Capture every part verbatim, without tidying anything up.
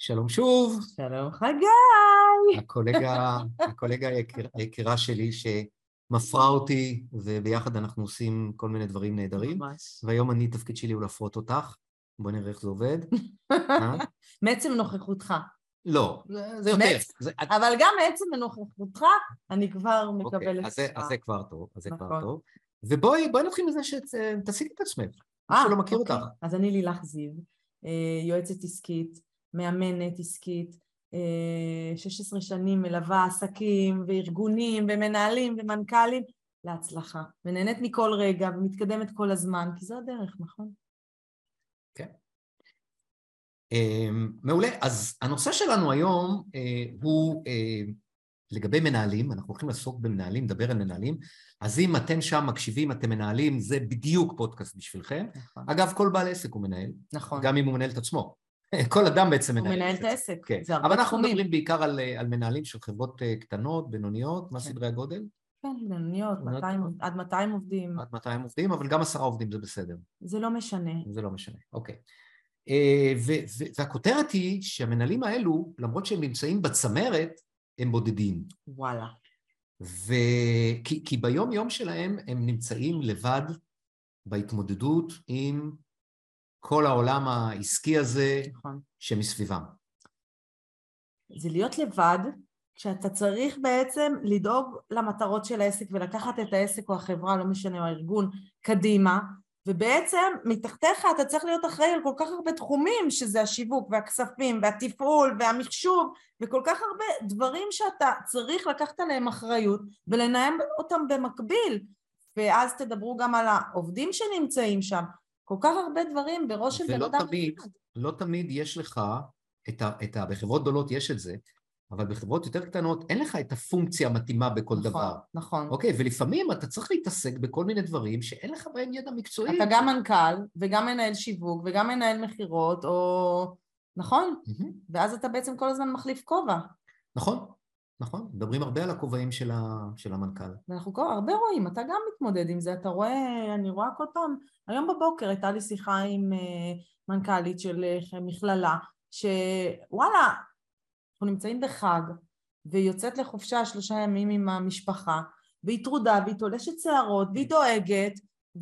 שלום שוב. שלום חגי. הקולגה, הקולגה היקירה שלי שמפרה אותי, וביחד אנחנו עושים כל מיני דברים נהדרים. ממש. והיום אני, תפקיד שלי הוא להפרות אותך. בוא נראה איך זה עובד. מעצם נוכחותך. לא, זה יותר. אבל גם מעצם נוכחותך, אני כבר מקבלת. אז זה כבר טוב, אז זה כבר טוב. ובואי, בואי נתחיל מזה שתעסיקי את עצמך. מי שלא מכיר אותך. אז אני לילך זיו, יועצת עסקית, מאמנת עסקית, שש עשרה שנים מלווה עסקים וארגונים ומנהלים ומנכ"לים להצלחה. ונהנית מכל רגע ומתקדמת כל הזמן, כי זו הדרך, נכון? כן. מעולה. אז הנושא שלנו היום הוא לגבי מנהלים. אנחנו הולכים לעסוק במנהלים, לדבר על מנהלים. אז אם אתם שם מקשיבים, אתם מנהלים, זה בדיוק פודקאסט בשבילכם. נכון. אגב, כל בעל עסק הוא מנהל. נכון. גם אם הוא מנהל את עצמו. כל אדם בעצם מנהל. הוא מנהל את העסק. כן. אבל אנחנו מדברים בעיקר על, על מנהלים של חברות קטנות, בינוניות. מה סדרי הגודל? כן, בינוניות, עד מאתיים עובדים. עד מאתיים עובדים, אבל גם עשרה עובדים זה בסדר. זה לא משנה. זה לא משנה, אוקיי. והכותרת היא שהמנהלים האלו, למרות שהם נמצאים בצמרת, הם בודדים. וואלה. וכי, כי ביום יום שלהם הם נמצאים לבד בהתמודדות עם כל העולם העסקי הזה, נכון. שמסביבם. זה להיות לבד, כשאתה צריך בעצם לדאוג למטרות של העסק ולקחת את העסק או החברה, לא משנה, או הארגון, קדימה, ובעצם מתחתיך אתה צריך להיות אחראי על כל כך הרבה תחומים, שזה השיווק והכספים והתפעול והמחשוב, וכל כך הרבה דברים שאתה צריך לקחת עליהם אחריות, ולנהם אותם במקביל, ואז תדברו גם על העובדים שנמצאים שם, כל כך הרבה דברים בראש של בן אדם. לא תמיד יש לך, את ה, את ה, בחברות גדולות יש את זה, אבל בחברות יותר קטנות אין לך את הפונקציה המתאימה בכל נכון, דבר. נכון. אוקיי, ולפעמים אתה צריך להתעסק בכל מיני דברים שאין לך בהם ידע מקצועי. אתה גם מנכ"ל, וגם מנהל שיווק, וגם מנהל מחירות, או... נכון? Mm-hmm. ואז אתה בעצם כל הזמן מחליף כובע. נכון, נכון. מדברים הרבה על הכובעים של, ה... של המנכ"ל. ואנחנו כל... הרבה רואים, אתה גם מתמודד עם זה, אתה רואה, אני רואה כל פעם, היום בבוקר הייתה לי שיחה עם uh, מנכ"לית של uh, מכללה, שוואלה, אנחנו נמצאים בחג, והיא יוצאת לחופשה שלושה ימים עם המשפחה, והיא טרודה, והיא תולשת שערות, והיא דואגת,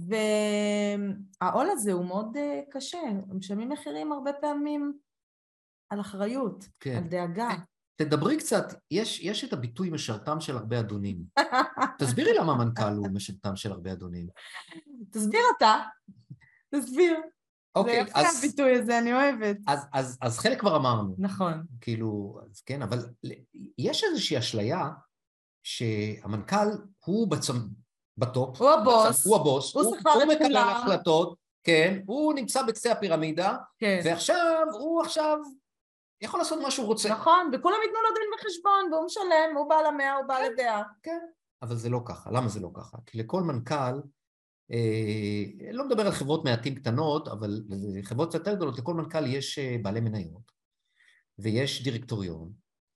והעול הזה הוא מאוד קשה. הם משלמים מחירים הרבה פעמים על אחריות, כן. על דאגה. תדברי קצת, יש, יש את הביטוי משרתם של הרבה אדונים. תסבירי למה המנכ"ל הוא משרתם של הרבה אדונים. תסביר אתה, תסביר. אוקיי, זה יפה אז, הביטוי הזה, אני אוהבת. אז, אז, אז חלק כבר אמרנו. נכון. כאילו, אז כן, אבל יש איזושהי אשליה שהמנכ"ל הוא בצמ... בטופ. הוא הבוס. הוא הבוס. הוא, הוא, הוא, הוא מקבל החלטות, כן, הוא נמצא בקצה הפירמידה, כן. ועכשיו, הוא עכשיו יכול לעשות מה שהוא רוצה. נכון, וכולם ייתנו לו דין בחשבון, והוא משלם, הוא בעל המאה, הוא בעל הדעה. כן, אבל זה לא ככה. למה זה לא ככה? כי לכל מנכ"ל, אה, לא מדבר על חברות מעטים קטנות, אבל חברות יותר גדולות, לכל מנכ"ל יש בעלי מניות, ויש דירקטוריון,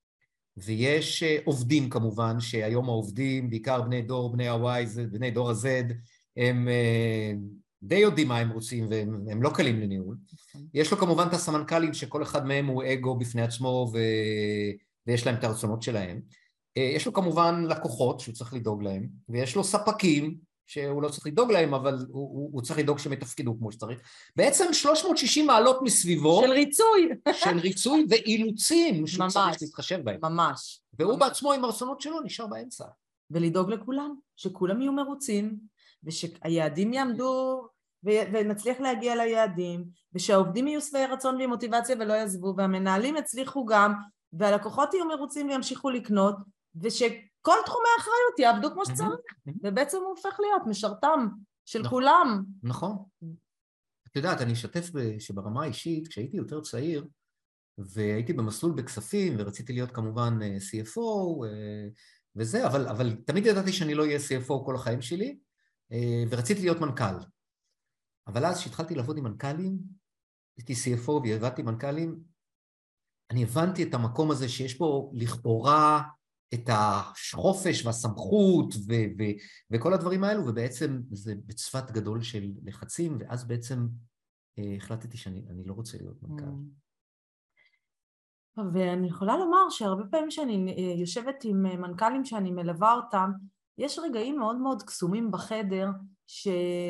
ויש עובדים כמובן, שהיום העובדים, בעיקר בני דור, בני ה-Y, בני דור ה-Z, הם די יודעים מה הם רוצים, והם לא קלים לניהול. יש לו כמובן את הסמנכ"לים, שכל אחד מהם הוא אגו בפני עצמו, ו... ויש להם את הרצונות שלהם. יש לו כמובן לקוחות, שהוא צריך לדאוג להם, ויש לו ספקים, שהוא לא צריך לדאוג להם, אבל הוא, הוא, הוא צריך לדאוג שהם יתפקדו כמו שצריך. בעצם שלוש מאות ושישים מעלות מסביבו. של ריצוי. של ריצוי ואילוצים, שהוא צריך להתחשב בהם. ממש. והוא ממש. בעצמו עם הרצונות שלו נשאר באמצע. ולדאוג לכולם, שכולם יהיו מרוצים, ושהיעדים יעמדו, ונצליח להגיע ליעדים, ושהעובדים יהיו שבעי רצון ועם מוטיבציה ולא יעזבו, והמנהלים יצליחו גם, והלקוחות יהיו מרוצים וימשיכו לקנות, וש... כל תחומי האחריות יעבדו כמו שצריך, ובעצם הוא הופך להיות משרתם של כולם. נכון. את יודעת, אני אשתף שברמה האישית, כשהייתי יותר צעיר, והייתי במסלול בכספים, ורציתי להיות כמובן סי אף או, וזה, אבל, אבל תמיד ידעתי שאני לא אהיה סי אף או כל החיים שלי, ורציתי להיות מנכ"ל. אבל אז כשהתחלתי לעבוד עם מנכ"לים, הייתי סי אף או והבאתי מנכ"לים, אני הבנתי את המקום הזה שיש פה לכאורה, את החופש והסמכות ו- ו- וכל הדברים האלו, ובעצם זה בצפת גדול של לחצים, ואז בעצם אה, החלטתי שאני אני לא רוצה להיות מנכ"ל. ואני יכולה לומר שהרבה פעמים שאני יושבת עם מנכ"לים שאני מלווה אותם, יש רגעים מאוד מאוד קסומים בחדר, ש...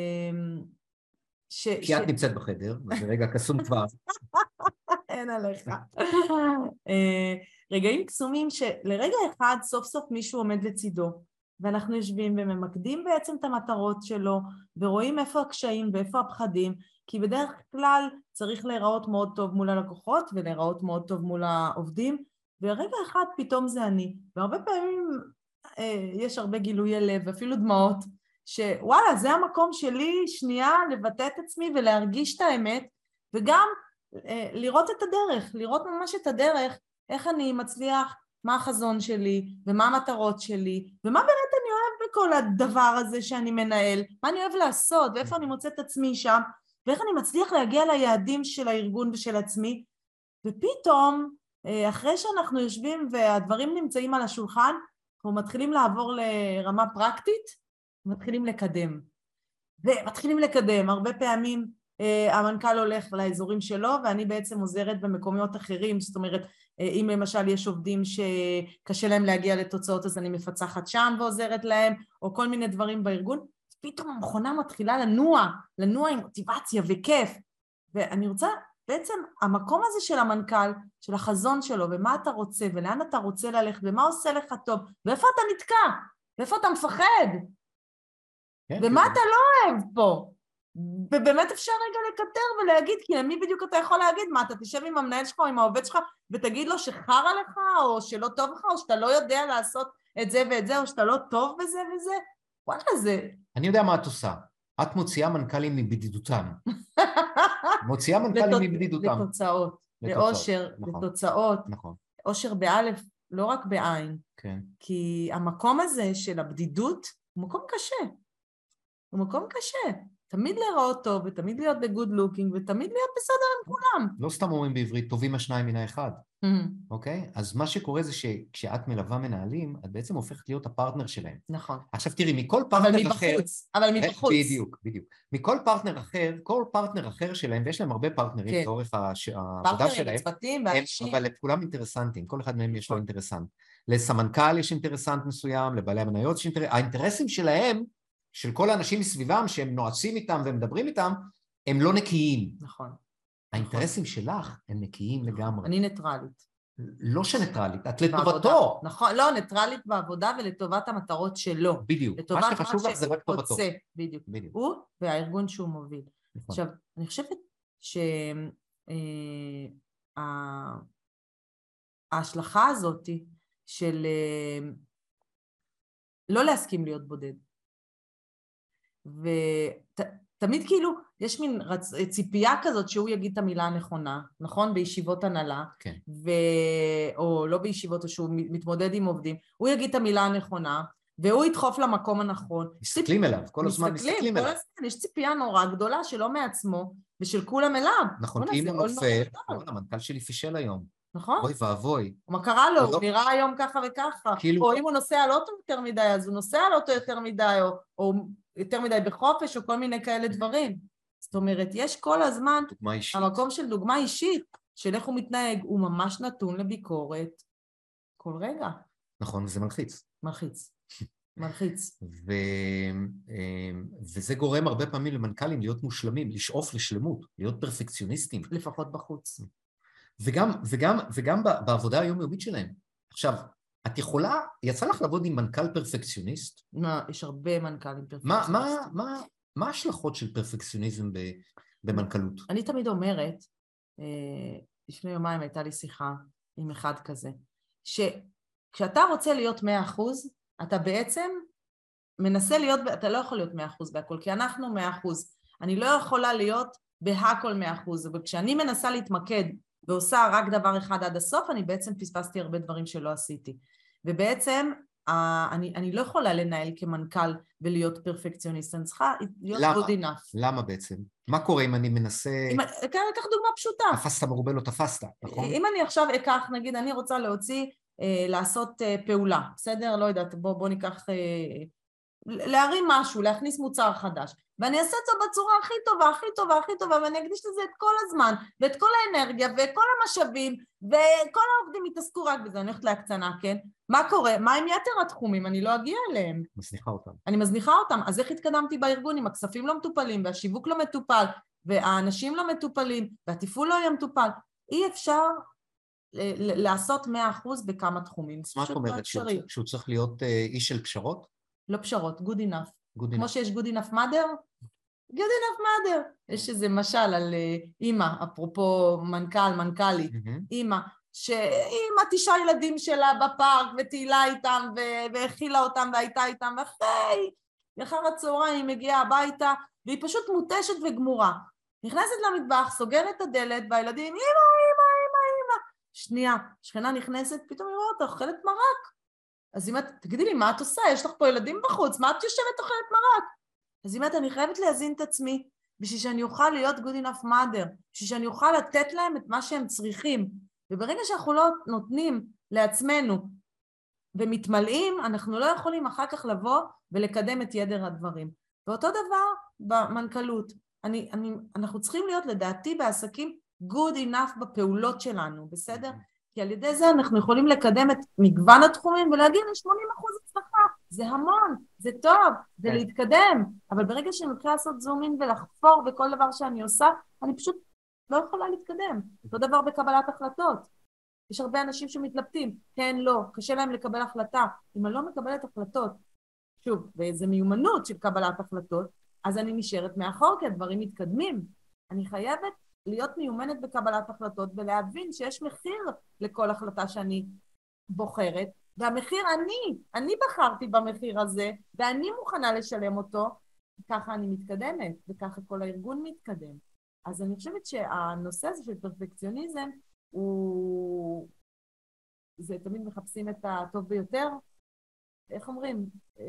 ש... כי את נמצאת בחדר, וזה רגע קסום כבר. אין עליך. רגעים קסומים שלרגע אחד סוף סוף מישהו עומד לצידו, ואנחנו יושבים וממקדים בעצם את המטרות שלו, ורואים איפה הקשיים ואיפה הפחדים, כי בדרך כלל צריך להיראות מאוד טוב מול הלקוחות, ולהיראות מאוד טוב מול העובדים, ורגע אחד פתאום זה אני. והרבה פעמים אה, יש הרבה גילוי לב, ואפילו דמעות, שוואלה, זה המקום שלי שנייה לבטא את עצמי ולהרגיש את האמת, וגם אה, לראות את הדרך, לראות ממש את הדרך, איך אני מצליח, מה החזון שלי, ומה המטרות שלי, ומה באמת אני אוהב בכל הדבר הזה שאני מנהל, מה אני אוהב לעשות, ואיפה אני מוצא את עצמי שם, ואיך אני מצליח להגיע ליעדים של הארגון ושל עצמי, ופתאום, אחרי שאנחנו יושבים והדברים נמצאים על השולחן, אנחנו מתחילים לעבור לרמה פרקטית, מתחילים לקדם. ומתחילים לקדם, הרבה פעמים המנכ"ל הולך לאזורים שלו, ואני בעצם עוזרת במקומות אחרים, זאת אומרת, אם למשל יש עובדים שקשה להם להגיע לתוצאות, אז אני מפצחת שם ועוזרת להם, או כל מיני דברים בארגון, פתאום המכונה מתחילה לנוע, לנוע עם מוטיבציה וכיף, ואני רוצה, בעצם המקום הזה של המנכ"ל, של החזון שלו, ומה אתה רוצה, ולאן אתה רוצה ללכת, ומה עושה לך טוב, ואיפה אתה נתקע, ואיפה אתה מפחד, כן, ומה כן. אתה לא אוהב פה, ובאמת אפשר רגע לקטר ולהגיד, כי למי בדיוק אתה יכול להגיד, מה, אתה תשב עם המנהל שלך או עם העובד שלך, ותגיד לו שחרה לך, או שלא טוב לך, או שאתה לא יודע לעשות את זה ואת זה, או שאתה לא טוב בזה וזה, וואלה זה... אני יודע מה את עושה, את מוציאה מנכ"לים מבדידותם. מוציאה מנכ"לים מבדידותם. לתוצאות, לאושר, לתוצאות. נכון. אושר באלף, לא רק בעין. כן. כי המקום הזה של הבדידות הוא מקום קשה. הוא מקום קשה. תמיד להיראות טוב, ותמיד להיות בגוד לוקינג, ותמיד להיות בסדר עם כולם. לא סתם אומרים בעברית, טובים השניים מן האחד. אוקיי? אז מה שקורה זה שכשאת מלווה מנהלים, את בעצם הופכת להיות הפרטנר שלהם. נכון. עכשיו תראי, מכל פרטנר אחר... אבל מבחוץ, אבל מבחוץ. בדיוק, בדיוק. מכל פרטנר אחר, כל פרטנר אחר שלהם, ויש להם הרבה פרטנרים לאורך העבודה שלהם. פרטנרים, צוותים, ואנשים. אבל כולם אינטרסנטים, כל אחד מהם יש לו אינטרסנט. לסמנכ"ל יש אינטרסנט מסוים, לבעלי המניות יש אינטרסנט. האינטרסים שלהם, של כל האנשים מסביבם, שהם נועצים איתם ומדברים איתם, הם לא נקיים. נכון. האינטרסים שלך הם נקיים לגמרי. אני ניטרלית. לא שניטרלית, את לטובתו. נכון, לא, ניטרלית בעבודה ולטובת המטרות שלו. בדיוק. מה שחשוב לך זה רק טובתו. בדיוק. הוא והארגון שהוא מוביל. עכשיו, אני חושבת שההשלכה הזאת של לא להסכים להיות בודד, ותמיד כאילו יש מין רצ... ציפייה כזאת שהוא יגיד את המילה הנכונה, נכון? בישיבות הנהלה, כן. ו... או לא בישיבות, או שהוא מתמודד עם עובדים, הוא יגיד את המילה הנכונה, והוא ידחוף למקום הנכון. מסתכלים אליו, כל הזמן מסתכלים אליו. יש ציפייה נורא גדולה שלא מעצמו, ושל כולם אליו. נכון, אם הוא נופל, המנכ"ל שלי פישל היום. נכון. אוי ואבוי. מה קרה לו? הוא נראה היום ככה וככה. או אם הוא נוסע על אוטו יותר מדי, אז הוא נוסע על אוטו יותר מדי, או יותר מדי בחופש, או כל מיני כאלה דברים. זאת אומרת, יש כל הזמן, המקום של דוגמה אישית, של איך הוא מתנהג, הוא ממש נתון לביקורת כל רגע. נכון, זה מלחיץ. מלחיץ. מלחיץ. ו... וזה גורם הרבה פעמים למנכ"לים להיות מושלמים, לשאוף לשלמות, להיות פרפקציוניסטים. לפחות בחוץ. וגם, וגם, וגם בעבודה היומיומית שלהם. עכשיו, את יכולה, יצא לך לעבוד עם מנכ"ל פרפקציוניסט? מה, יש הרבה מנכ"לים פרפקציוניסטים. מה, מה, מה, מה ההשלכות של פרפקציוניזם במנכ"לות? אני תמיד אומרת, לפני יומיים הייתה לי שיחה עם אחד כזה, שכשאתה רוצה להיות מאה אחוז, אתה בעצם מנסה להיות, אתה לא יכול להיות מאה אחוז בהכל, כי אנחנו מאה אחוז. אני לא יכולה להיות בהכל מאה אחוז, אבל כשאני מנסה להתמקד ועושה רק דבר אחד עד הסוף, אני בעצם פספסתי הרבה דברים שלא עשיתי. ובעצם, אני, אני לא יכולה לנהל כמנכ"ל ולהיות פרפקציוניסט, אני צריכה להיות good enough. למה בעצם? מה קורה אם אני מנסה... אם, אקח דוגמה פשוטה. תפסת מרובה לא תפסת, נכון? אם אני עכשיו אקח, נגיד, אני רוצה להוציא, אה, לעשות אה, פעולה, בסדר? לא יודעת, בוא, בוא ניקח... אה, להרים משהו, להכניס מוצר חדש. ואני אעשה את זה בצורה הכי טובה, הכי טובה, הכי טובה, ואני אקדיש לזה את כל הזמן, ואת כל האנרגיה, ואת כל המשאבים, וכל העובדים יתעסקו רק בזה. אני הולכת להקצנה, כן? מה קורה? מה עם יתר התחומים? אני לא אגיע אליהם. מזניחה אותם. אני מזניחה אותם. אז איך התקדמתי בארגון אם הכספים לא מטופלים, והשיווק לא מטופל, והאנשים לא מטופלים, והטיפול לא יהיה מטופל? אי אפשר לעשות מאה אחוז בכמה תחומים. מה את אומרת? שהוא צריך להיות איש של פשרות? לא פשרות, good enough. Good כמו שיש good enough mother, good enough mother. יש איזה משל על אימא, אפרופו מנכ"ל, מנכ"לית, אימא, שאימא תשעה ילדים שלה בפארק ותהילה איתם והכילה אותם והייתה איתם, ואחרי, לאחר הצהריים היא מגיעה הביתה והיא פשוט מוטשת וגמורה. נכנסת למטבח, סוגרת את הדלת והילדים, אימא, אימא, אימא, אימא. שנייה, שכנה נכנסת, פתאום היא רואה אותה, אוכלת מרק. אז אם את, תגידי לי, מה את עושה? יש לך פה ילדים בחוץ, מה את יושבת אוכלת מרק? אז אם את, אני חייבת להזין את עצמי, בשביל שאני אוכל להיות good enough mother, בשביל שאני אוכל לתת להם את מה שהם צריכים. וברגע שאנחנו לא נותנים לעצמנו ומתמלאים, אנחנו לא יכולים אחר כך לבוא ולקדם את יתר הדברים. ואותו דבר במנכ"לות. אני, אני, אנחנו צריכים להיות לדעתי בעסקים good enough בפעולות שלנו, בסדר? כי על ידי זה אנחנו יכולים לקדם את מגוון התחומים ולהגיע ל-שמונים אחוז הצלחה. זה המון, זה טוב, זה כן. להתקדם. אבל ברגע שאני מתחילה לעשות זומין ולחפור בכל דבר שאני עושה, אני פשוט לא יכולה להתקדם. אותו דבר בקבלת החלטות. יש הרבה אנשים שמתלבטים, כן, לא, קשה להם לקבל החלטה. אם אני לא מקבלת החלטות, שוב, באיזו מיומנות של קבלת החלטות, אז אני נשארת מאחור, כי הדברים מתקדמים. אני חייבת להיות מיומנת בקבלת החלטות, ולהבין שיש מחיר לכל החלטה שאני בוחרת, והמחיר אני, אני בחרתי במחיר הזה, ואני מוכנה לשלם אותו, ככה אני מתקדמת, וככה כל הארגון מתקדם. אז אני חושבת שהנושא הזה של פרפקציוניזם, הוא... זה תמיד מחפשים את הטוב ביותר, איך אומרים?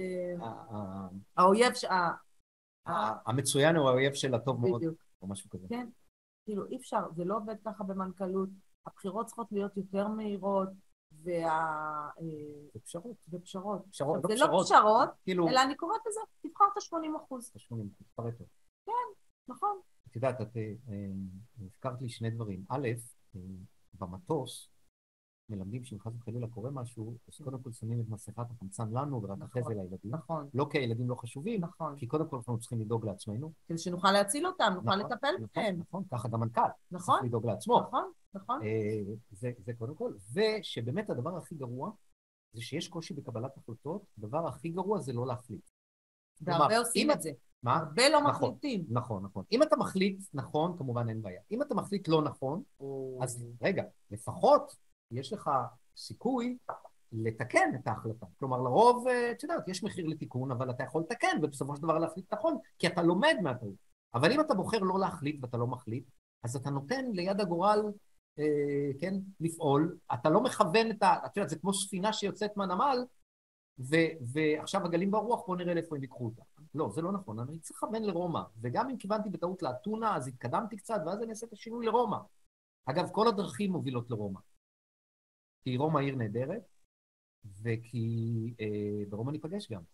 האויב ש... המצוין הוא האויב של הטוב מאוד, או משהו כזה. כן. כאילו, אי אפשר, זה לא עובד ככה במנכ"לות, הבחירות צריכות להיות יותר מהירות, וה... ופשרות. ופשרות. פשרות, זה לא פשרות, כאילו... אלא אני קוראת לזה, תבחר את ה-שמונים אחוז. ה-שמונים אחוז, פרטו. כן, נכון. את יודעת, את הזכרת לי שני דברים. א', במטוס, מלמדים שאם חס וחלילה קורה משהו, אז קודם כל שמים את מסכת החמצן לנו, ורק אחרי זה לילדים. נכון. לא כי הילדים לא חשובים, נכון. כי קודם כל אנחנו צריכים לדאוג לעצמנו. כדי שנוכל להציל אותם, נוכל לטפל בהם. נכון, ככה גם מנכ"ל. נכון. צריך לדאוג לעצמו. נכון, נכון. זה קודם כל. ושבאמת הדבר הכי גרוע, זה שיש קושי בקבלת החלטות, הדבר הכי גרוע זה לא להחליט. והרבה עושים את זה. מה? הרבה לא מחליטים. נכון, נכון. אם אתה מחליט נכון, כמובן אין בעיה. אם אתה מחליט לא נכון, אז רגע, לפחות יש לך סיכוי לתקן את ההחלטה. כלומר, לרוב, את יודעת, יש מחיר לתיקון, אבל אתה יכול לתקן, ובסופו של דבר להחליט נכון, כי אתה לומד מהטעות. אבל אם אתה בוחר לא להחליט ואתה לא מחליט, אז אתה נותן ליד הגורל, אה, כן, לפעול, אתה לא מכוון את ה... את יודעת, זה כמו ספינה שיוצאת מהנמל, ו- ועכשיו הגלים ברוח, בוא נראה לאיפה הם יקחו אותה. לא, זה לא נכון, אני צריך לכוון לרומא, וגם אם כיוונתי בטעות לאתונה, אז התקדמתי קצת, ואז אני אעשה את השינוי לרומא. אגב, כל הדרכים מובילות לרומא. כי רומא עיר נהדרת, וכי אה, ברומא ניפגש גם.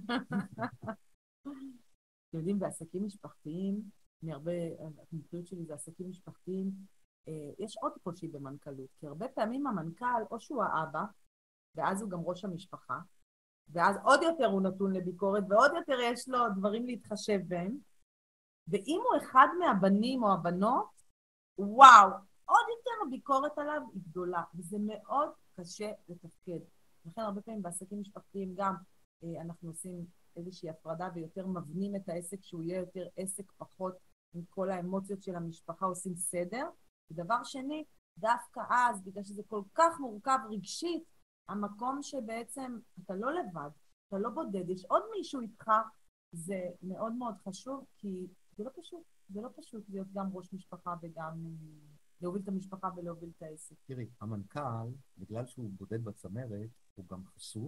אתם יודעים, בעסקים משפחתיים, מהרבה, המומחיות שלי זה עסקים משפחתיים, אה, יש עוד קושי במנכ"לות, כי הרבה פעמים המנכ"ל, או שהוא האבא, ואז הוא גם ראש המשפחה, ואז עוד יותר הוא נתון לביקורת, ועוד יותר יש לו דברים להתחשב בהם, ואם הוא אחד מהבנים או הבנות, וואו, עוד יותר הביקורת עליו היא גדולה, וזה מאוד קשה לתפקד. לכן הרבה פעמים בעסקים משפחתיים גם אה, אנחנו עושים איזושהי הפרדה ויותר מבנים את העסק, שהוא יהיה יותר עסק פחות עם כל האמוציות של המשפחה, עושים סדר. ודבר שני, דווקא אז, בגלל שזה כל כך מורכב רגשית, המקום שבעצם אתה לא לבד, אתה לא בודד, יש עוד מישהו איתך, זה מאוד מאוד חשוב, כי זה לא פשוט, זה לא פשוט להיות גם ראש משפחה וגם להוביל את המשפחה ולהוביל את העסק. תראי, המנכ"ל, בגלל שהוא בודד בצמרת, הוא גם חשוף,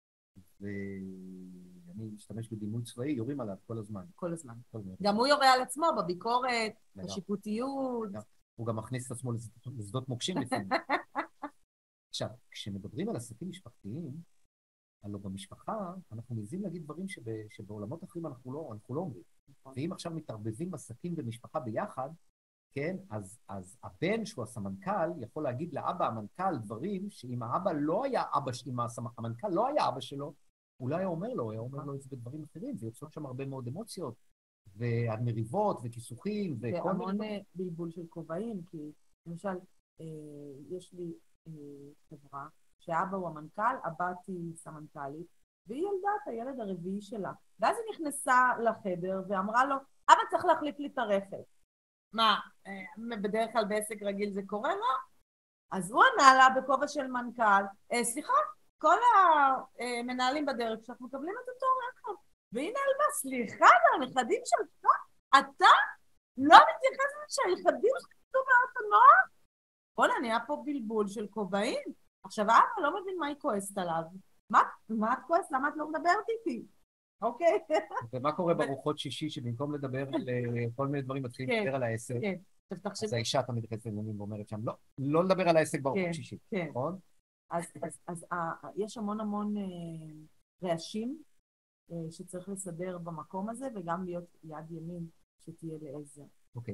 ואני משתמש בדימוי צבאי, יורים עליו כל הזמן. כל הזמן. גם הוא יורה על עצמו בביקורת, בשיפוטיות. הוא גם מכניס את עצמו לשדות מוקשים לפעמים. עכשיו, כשמדברים על עסקים משפחתיים, הלוא במשפחה, אנחנו מעיזים להגיד דברים שבעולמות אחרים אנחנו לא, אנחנו לא אומרים. ואם עכשיו מתערבבים עסקים ומשפחה ביחד, כן, אז, אז הבן שהוא הסמנכ"ל יכול להגיד לאבא המנכ"ל דברים שאם האבא לא היה אבא, אם המנכ"ל לא היה אבא שלו, הוא לא היה אומר לו, הוא היה אומר לו את זה בדברים אחרים, ויוצאות שם הרבה מאוד אמוציות, והמריבות וכיסוכים וכל מיני... והמון בלבול של כובעים, כי למשל, יש לי חברה שאבא הוא המנכ"ל, הבת היא סמנכ"לית, והיא ילדה את הילד הרביעי שלה. ואז היא נכנסה לחדר ואמרה לו, אבא צריך להחליף לי את הרכב. מה, בדרך כלל בעסק רגיל זה קורה? לא. אז הוא ענה לה בכובע של מנכ"ל, סליחה, כל המנהלים בדרך שאנחנו מקבלים את אותו רכב. והיא נעלמה, סליחה, הנכדים שלך, אתה לא מתייחס לזה שהנכדים שלך כתוב באוטונומיה? בוא'נה, נהיה פה בלבול של כובעים. עכשיו, אבא לא מבין מה היא כועסת עליו. מה, מה את כועסת? למה את לא מדברת איתי? אוקיי? ומה קורה בארוחות שישי, שבמקום לדבר על כל מיני דברים, מתחילים לדבר על העסק? כן, אז האישה תמיד נכנסת לעניינים ואומרת שם, לא, לא לדבר על העסק בארוחות שישי, נכון? אז יש המון המון רעשים שצריך לסדר במקום הזה, וגם להיות יד ימין שתהיה לעזר. אוקיי.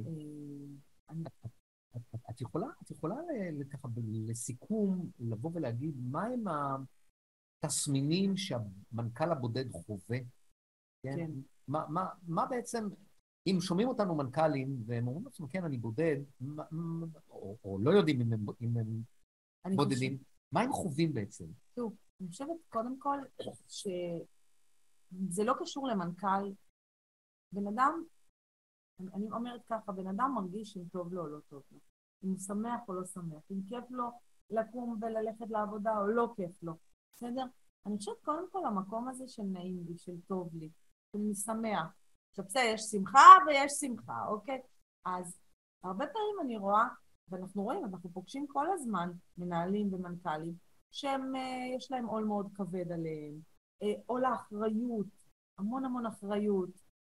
את יכולה, את יכולה ככה לסיכום, לבוא ולהגיד, מה הם התסמינים שהמנכ"ל הבודד חווה? כן. מה, מה, מה בעצם, אם שומעים אותנו מנכ"לים, והם אומרים לעצמם, כן, אני בודד, או, או לא יודעים אם הם, אם הם בודדים, חושב... מה הם חווים בעצם? תראו, אני חושבת קודם כל, שזה לא קשור למנכ"ל. בן אדם, אני אומרת ככה, בן אדם מרגיש אם טוב לו או לא טוב לו. אם הוא שמח או לא שמח, אם כיף לו לקום וללכת לעבודה או לא כיף לו. בסדר? אני חושבת קודם כל המקום הזה של נעים לי, של טוב לי, של משמח. עכשיו בסדר, יש שמחה ויש שמחה, אוקיי? אז הרבה פעמים אני רואה, ואנחנו רואים, אנחנו פוגשים כל הזמן מנהלים ומנכ"לים, שהם, יש להם עול מאוד כבד עליהם, עול האחריות, המון המון אחריות,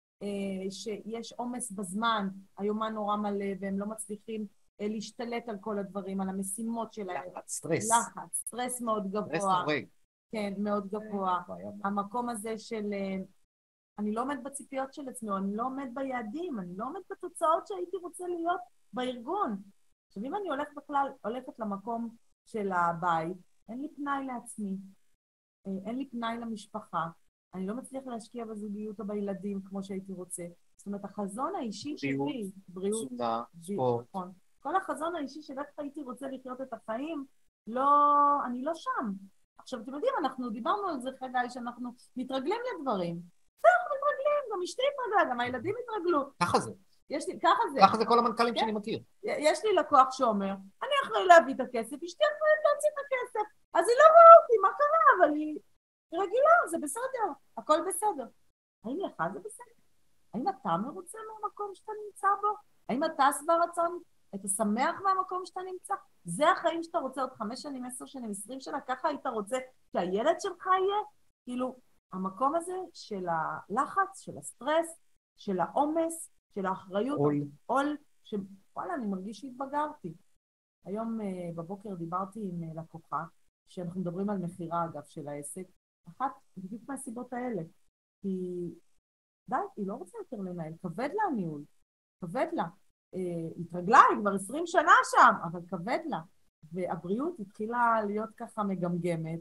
שיש עומס בזמן, היומן נורא מלא, והם לא מצליחים להשתלט על כל הדברים, על המשימות שלהם. לחץ, סטרס. לחץ, סטרס מאוד גבוה. סטרס הורג. כן, מאוד גבוה. המקום הזה של, אני לא עומד בציפיות של עצמי, אני לא עומד ביעדים, אני לא עומד בתוצאות שהייתי רוצה להיות בארגון. עכשיו, אם אני הולכת בכלל, הולכת למקום של הבית, אין לי פנאי לעצמי, אין לי פנאי למשפחה, אני לא מצליח להשקיע בזוגיות או בילדים כמו שהייתי רוצה. זאת אומרת, החזון האישי שלי, בריאות, סודה, ספורט. כל החזון האישי של איך הייתי רוצה לחיות את החיים, לא, אני לא שם. עכשיו, אתם יודעים, אנחנו דיברנו על זה, חגי, שאנחנו מתרגלים לדברים. זה אנחנו מתרגלים, גם אשתי התרגלה, גם הילדים התרגלו. ככה זה. יש לי, ככה זה. ככה זה כל המנכ"לים שאני מכיר. יש לי לקוח שאומר, אני אחראי להביא את הכסף, אשתי אחראית להוציא את הכסף. אז היא לא רואה אותי, מה קרה? אבל היא רגילה, זה בסדר, הכל בסדר. האם לך זה בסדר? האם אתה מרוצה מהמקום שאתה נמצא בו? האם אתה שבע רצון? אתה שמח מהמקום שאתה נמצא? זה החיים שאתה רוצה עוד חמש שנים, עשר שנים, עשרים שנה, ככה היית רוצה שהילד שלך יהיה? כאילו, המקום הזה של הלחץ, של הסטרס, של העומס, של האחריות, עול, עול, שוואלה, אני מרגיש שהתבגרתי. היום בבוקר דיברתי עם לקוחה, שאנחנו מדברים על מחירה, אגב, של העסק, אחת בדיוק מהסיבות האלה, כי די, היא לא רוצה יותר לנהל, כבד לה הניהול, כבד לה. התרגלה, היא כבר עשרים שנה שם, אבל כבד לה. והבריאות התחילה להיות ככה מגמגמת,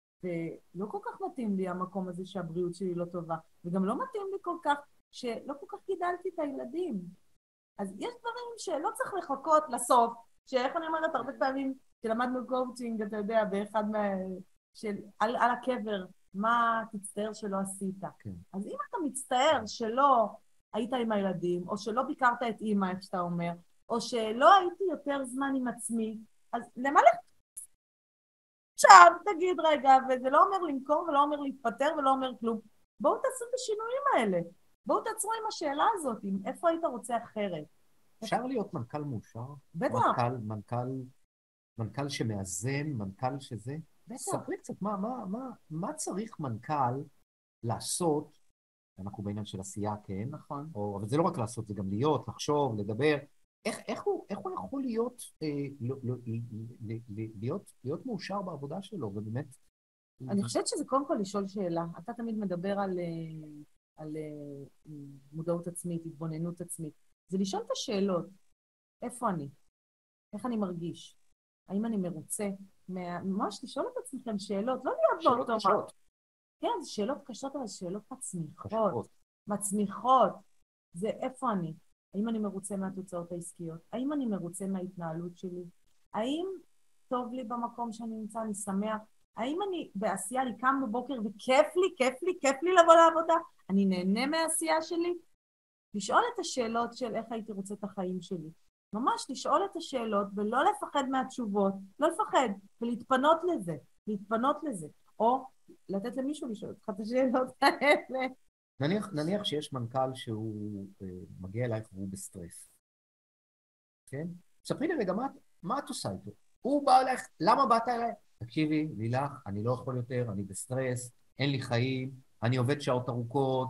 ולא כל כך מתאים לי המקום הזה שהבריאות שלי לא טובה, וגם לא מתאים לי כל כך, שלא כל כך גידלתי את הילדים. אז יש דברים שלא צריך לחכות לסוף, שאיך אני אומרת הרבה פעמים, שלמדנו קואוצ'ינג, אתה יודע, באחד מה... של... על, על הקבר, מה תצטער שלא עשית. כן. אז אם אתה מצטער שלא היית עם הילדים, או שלא ביקרת את אמא, איך שאתה אומר, או שלא הייתי יותר זמן עם עצמי, אז למה לך? עכשיו, תגיד רגע, וזה לא אומר למכור, ולא אומר להתפטר, ולא אומר כלום. בואו תעשו את השינויים האלה. בואו תעצרו עם השאלה הזאת, עם איפה היית רוצה אחרת. אפשר להיות מנכ"ל מאושר? בטח. מנכ"ל, מנכ"ל, מנכ"ל שמאזן, מנכ"ל שזה? בטח. ספרי קצת, מה, מה, מה, מה צריך מנכ"ל לעשות? אנחנו בעניין של עשייה, כן? נכון. או, אבל זה לא רק לעשות, זה גם להיות, לחשוב, לדבר. איך, איך, הוא, איך הוא יכול להיות, אה, לא, לא, להיות, להיות מאושר בעבודה שלו, ובאמת... אני חושבת שזה קודם כל לשאול שאלה. אתה תמיד מדבר על, על uh, מודעות עצמית, התבוננות עצמית, זה לשאול את השאלות, איפה אני? איך אני מרגיש? האם אני מרוצה? ממש לשאול את עצמכם שאלות, לא להיות באוטומט. שאלות קשות. כן, זה שאלות קשות, אבל שאלות מצמיחות. מצמיחות. זה איפה אני? האם אני מרוצה מהתוצאות העסקיות? האם אני מרוצה מההתנהלות שלי? האם טוב לי במקום שאני נמצא, אני שמח? האם אני בעשייה, אני קם בבוקר וכיף לי, כיף לי, כיף לי לבוא לעבודה? אני נהנה מהעשייה שלי? לשאול את השאלות של איך הייתי רוצה את החיים שלי. ממש לשאול את השאלות ולא לפחד מהתשובות, לא לפחד, ולהתפנות לזה, להתפנות לזה. או לתת למישהו לשאול אותך את השאלות האלה. נניח, נניח שיש מנכ"ל שהוא uh, מגיע אלייך והוא בסטרס. כן? ספרי לי רגע, מה, מה את עושה איתו? הוא בא אלייך, למה באת אליי? תקשיבי, לילך, אני לא יכול יותר, אני בסטרס, אין לי חיים, אני עובד שעות ארוכות,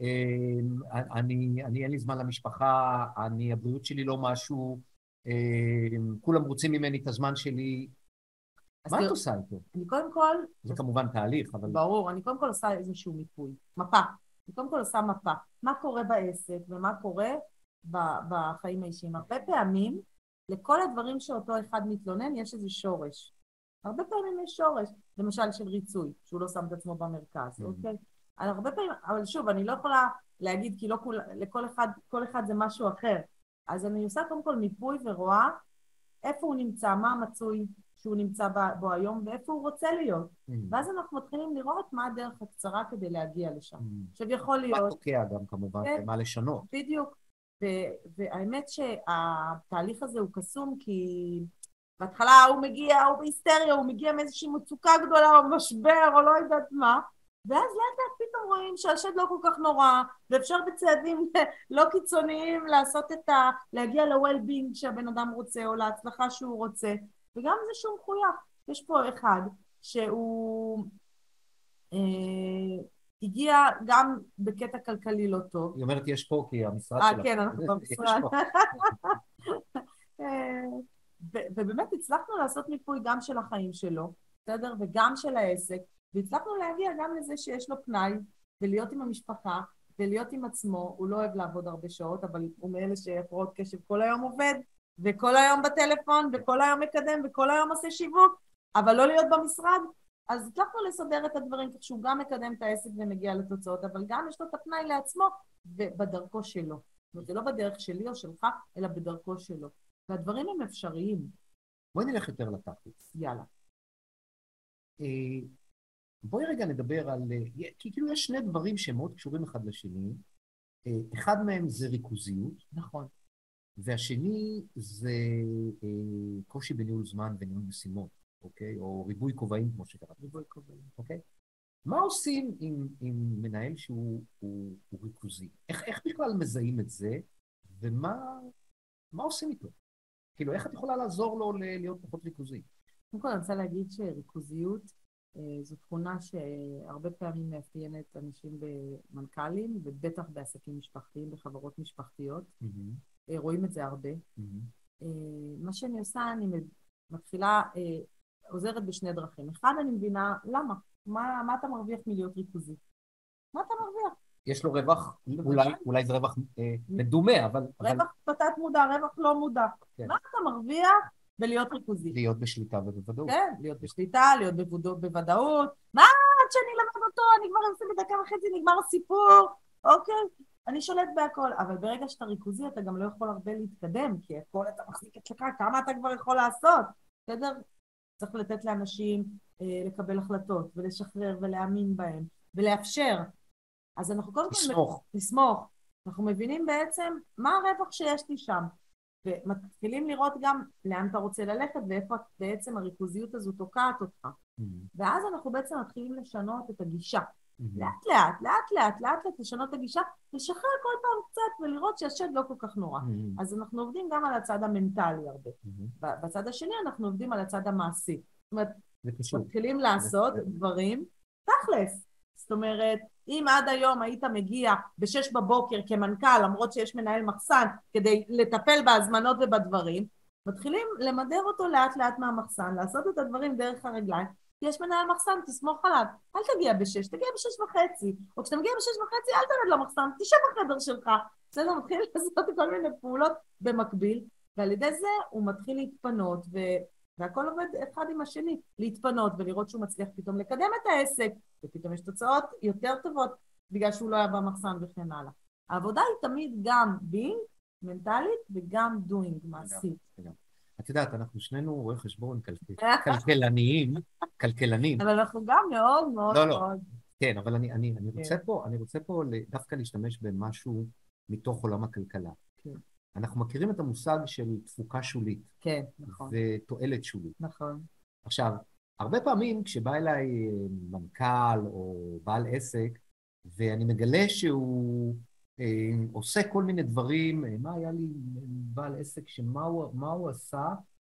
אני, אני אין לי זמן למשפחה, אני, הבריאות שלי לא משהו, כולם רוצים ממני את הזמן שלי. מה את עושה איתו? אני קודם כל... זה כמובן תהליך, אבל... ברור, אני קודם כל עושה איזשהו מיפוי, מפה. אני קודם כל עושה מפה. מה קורה בעסק ומה קורה בחיים האישיים. הרבה פעמים, לכל הדברים שאותו אחד מתלונן, יש איזה שורש. הרבה פעמים יש שורש, למשל של ריצוי, שהוא לא שם את עצמו במרכז, אוקיי? על הרבה פעמים, אבל שוב, אני לא יכולה להגיד, כי לא כול, לכל אחד, כל אחד זה משהו אחר. אז אני עושה קודם כל מיפוי ורואה איפה הוא נמצא, מה המצוי שהוא נמצא בו היום, ואיפה הוא רוצה להיות. Mm. ואז אנחנו מתחילים לראות מה הדרך הקצרה כדי להגיע לשם. Mm. עכשיו יכול להיות... מה תוקע גם כמובן, כן, מה לשנות. בדיוק. ו- והאמת שהתהליך הזה הוא קסום, כי בהתחלה הוא מגיע, הוא בהיסטריה, הוא מגיע מאיזושהי מצוקה גדולה, או משבר, או לא יודעת מה, ואז לאט לאט פתאום רואים שהשד לא כל כך נורא, ואפשר בצעדים לא קיצוניים לעשות את ה... להגיע ל-well-being שהבן אדם רוצה, או להצלחה שהוא רוצה, וגם זה שהוא מחויב. יש פה אחד שהוא אה, הגיע גם בקטע כלכלי לא טוב. היא אומרת יש פה כי המשרד שלה. אה, כן, אנחנו במשרד. ובאמת הצלחנו לעשות מיפוי גם של החיים שלו, בסדר? וגם של העסק, והצלחנו להגיע גם לזה שיש לו פנאי, ולהיות עם המשפחה, ולהיות עם עצמו. הוא לא אוהב לעבוד הרבה שעות, אבל הוא מאלה שהפרעות קשב כל היום עובד, וכל היום בטלפון, וכל היום מקדם, וכל היום עושה שיווק, אבל לא להיות במשרד. אז הצלחנו לסדר את הדברים, כך שהוא גם מקדם את העסק ומגיע לתוצאות, אבל גם יש לו את הפנאי לעצמו, ובדרכו שלו. זאת אומרת, זה לא בדרך שלי או שלך, אלא בדרכו שלו. והדברים הם אפשריים. בואי נלך יותר לתכלס. יאללה. בואי רגע נדבר על... כי כאילו יש שני דברים שמאוד קשורים אחד לשני. אחד מהם זה ריכוזיות. נכון. והשני זה קושי בניהול זמן וניהול משימות, אוקיי? או ריבוי כובעים, כמו שקראת. ריבוי כובעים. אוקיי? מה עושים עם, עם מנהל שהוא הוא, הוא ריכוזי? איך, איך בכלל מזהים את זה? ומה מה עושים איתו? כאילו, איך את יכולה לעזור לו להיות פחות ריכוזי? קודם כל, אני רוצה להגיד שריכוזיות זו תכונה שהרבה פעמים מאפיינת אנשים במנכ"לים, ובטח בעסקים משפחתיים, בחברות משפחתיות. Mm-hmm. רואים את זה הרבה. Mm-hmm. מה שאני עושה, אני מתחילה, עוזרת בשני דרכים. אחד, אני מבינה, למה? מה, מה אתה מרוויח מלהיות ריכוזי? מה אתה מרוויח? יש לו רווח, אולי, אולי זה רווח אה, מדומה, אבל... רווח פתת מודע, רווח לא מודע. כן. מה אתה מרוויח בלהיות ריכוזי? להיות בשליטה ובוודאות. כן, להיות בשליטה, להיות בוודאות. בוודאות. מה עד שאני למד אותו? אני כבר עושה בדקה וחצי, נגמר הסיפור. אוקיי, אני שולט בהכל. אבל ברגע שאתה ריכוזי, אתה גם לא יכול הרבה להתקדם, כי הכל אתה מחזיק אצלך, כמה אתה כבר יכול לעשות? בסדר? צריך לתת לאנשים אה, לקבל החלטות, ולשחרר ולהאמין בהם, ולאפשר. אז אנחנו קודם כל... לסמוך. לסמוך. אנחנו מבינים בעצם מה הרווח שיש לי שם. ומתחילים לראות גם לאן אתה רוצה ללכת, ואיפה בעצם הריכוזיות הזו תוקעת אותך. Mm-hmm. ואז אנחנו בעצם מתחילים לשנות את הגישה. Mm-hmm. לאט לאט, לאט לאט, לאט לאט לשנות את הגישה, לשחרר כל פעם קצת ולראות שהשד לא כל כך נורא. Mm-hmm. אז אנחנו עובדים גם על הצד המנטלי הרבה. Mm-hmm. בצד השני אנחנו עובדים על הצד המעשי. זאת אומרת, מתחילים לעשות דברים תכלס. זאת אומרת, אם עד היום היית מגיע בשש בבוקר כמנכ"ל, למרות שיש מנהל מחסן, כדי לטפל בהזמנות ובדברים, מתחילים למדר אותו לאט לאט מהמחסן, לעשות את הדברים דרך הרגליים, יש מנהל מחסן, תסמוך עליו. אל תגיע בשש, תגיע בשש וחצי. או כשאתה מגיע בשש וחצי, אל תרד למחסן, תשב בחדר שלך. בסדר, מתחיל לעשות כל מיני פעולות במקביל, ועל ידי זה הוא מתחיל להתפנות, ו... והכל עובד אחד עם השני, להתפנות ולראות שהוא מצליח פתאום לקדם את העסק, ופתאום יש תוצאות יותר טובות, בגלל שהוא לא היה במחסן וכן הלאה. העבודה היא תמיד גם being, מנטלית, וגם doing, מעשית. את יודעת, אנחנו שנינו רואי חשבון כלכלניים, כלכלנים. אבל אנחנו גם מאוד מאוד לא, לא. מאוד. כן, אבל אני, אני, אני רוצה פה, אני רוצה פה דווקא להשתמש במשהו מתוך עולם הכלכלה. כן. אנחנו מכירים את המושג של תפוקה שולית. כן, נכון. ותועלת שולית. נכון. עכשיו, הרבה פעמים כשבא אליי מנכ"ל או בעל עסק, ואני מגלה שהוא אה, עושה כל מיני דברים, מה היה לי בעל עסק, שמה הוא, מה הוא עשה?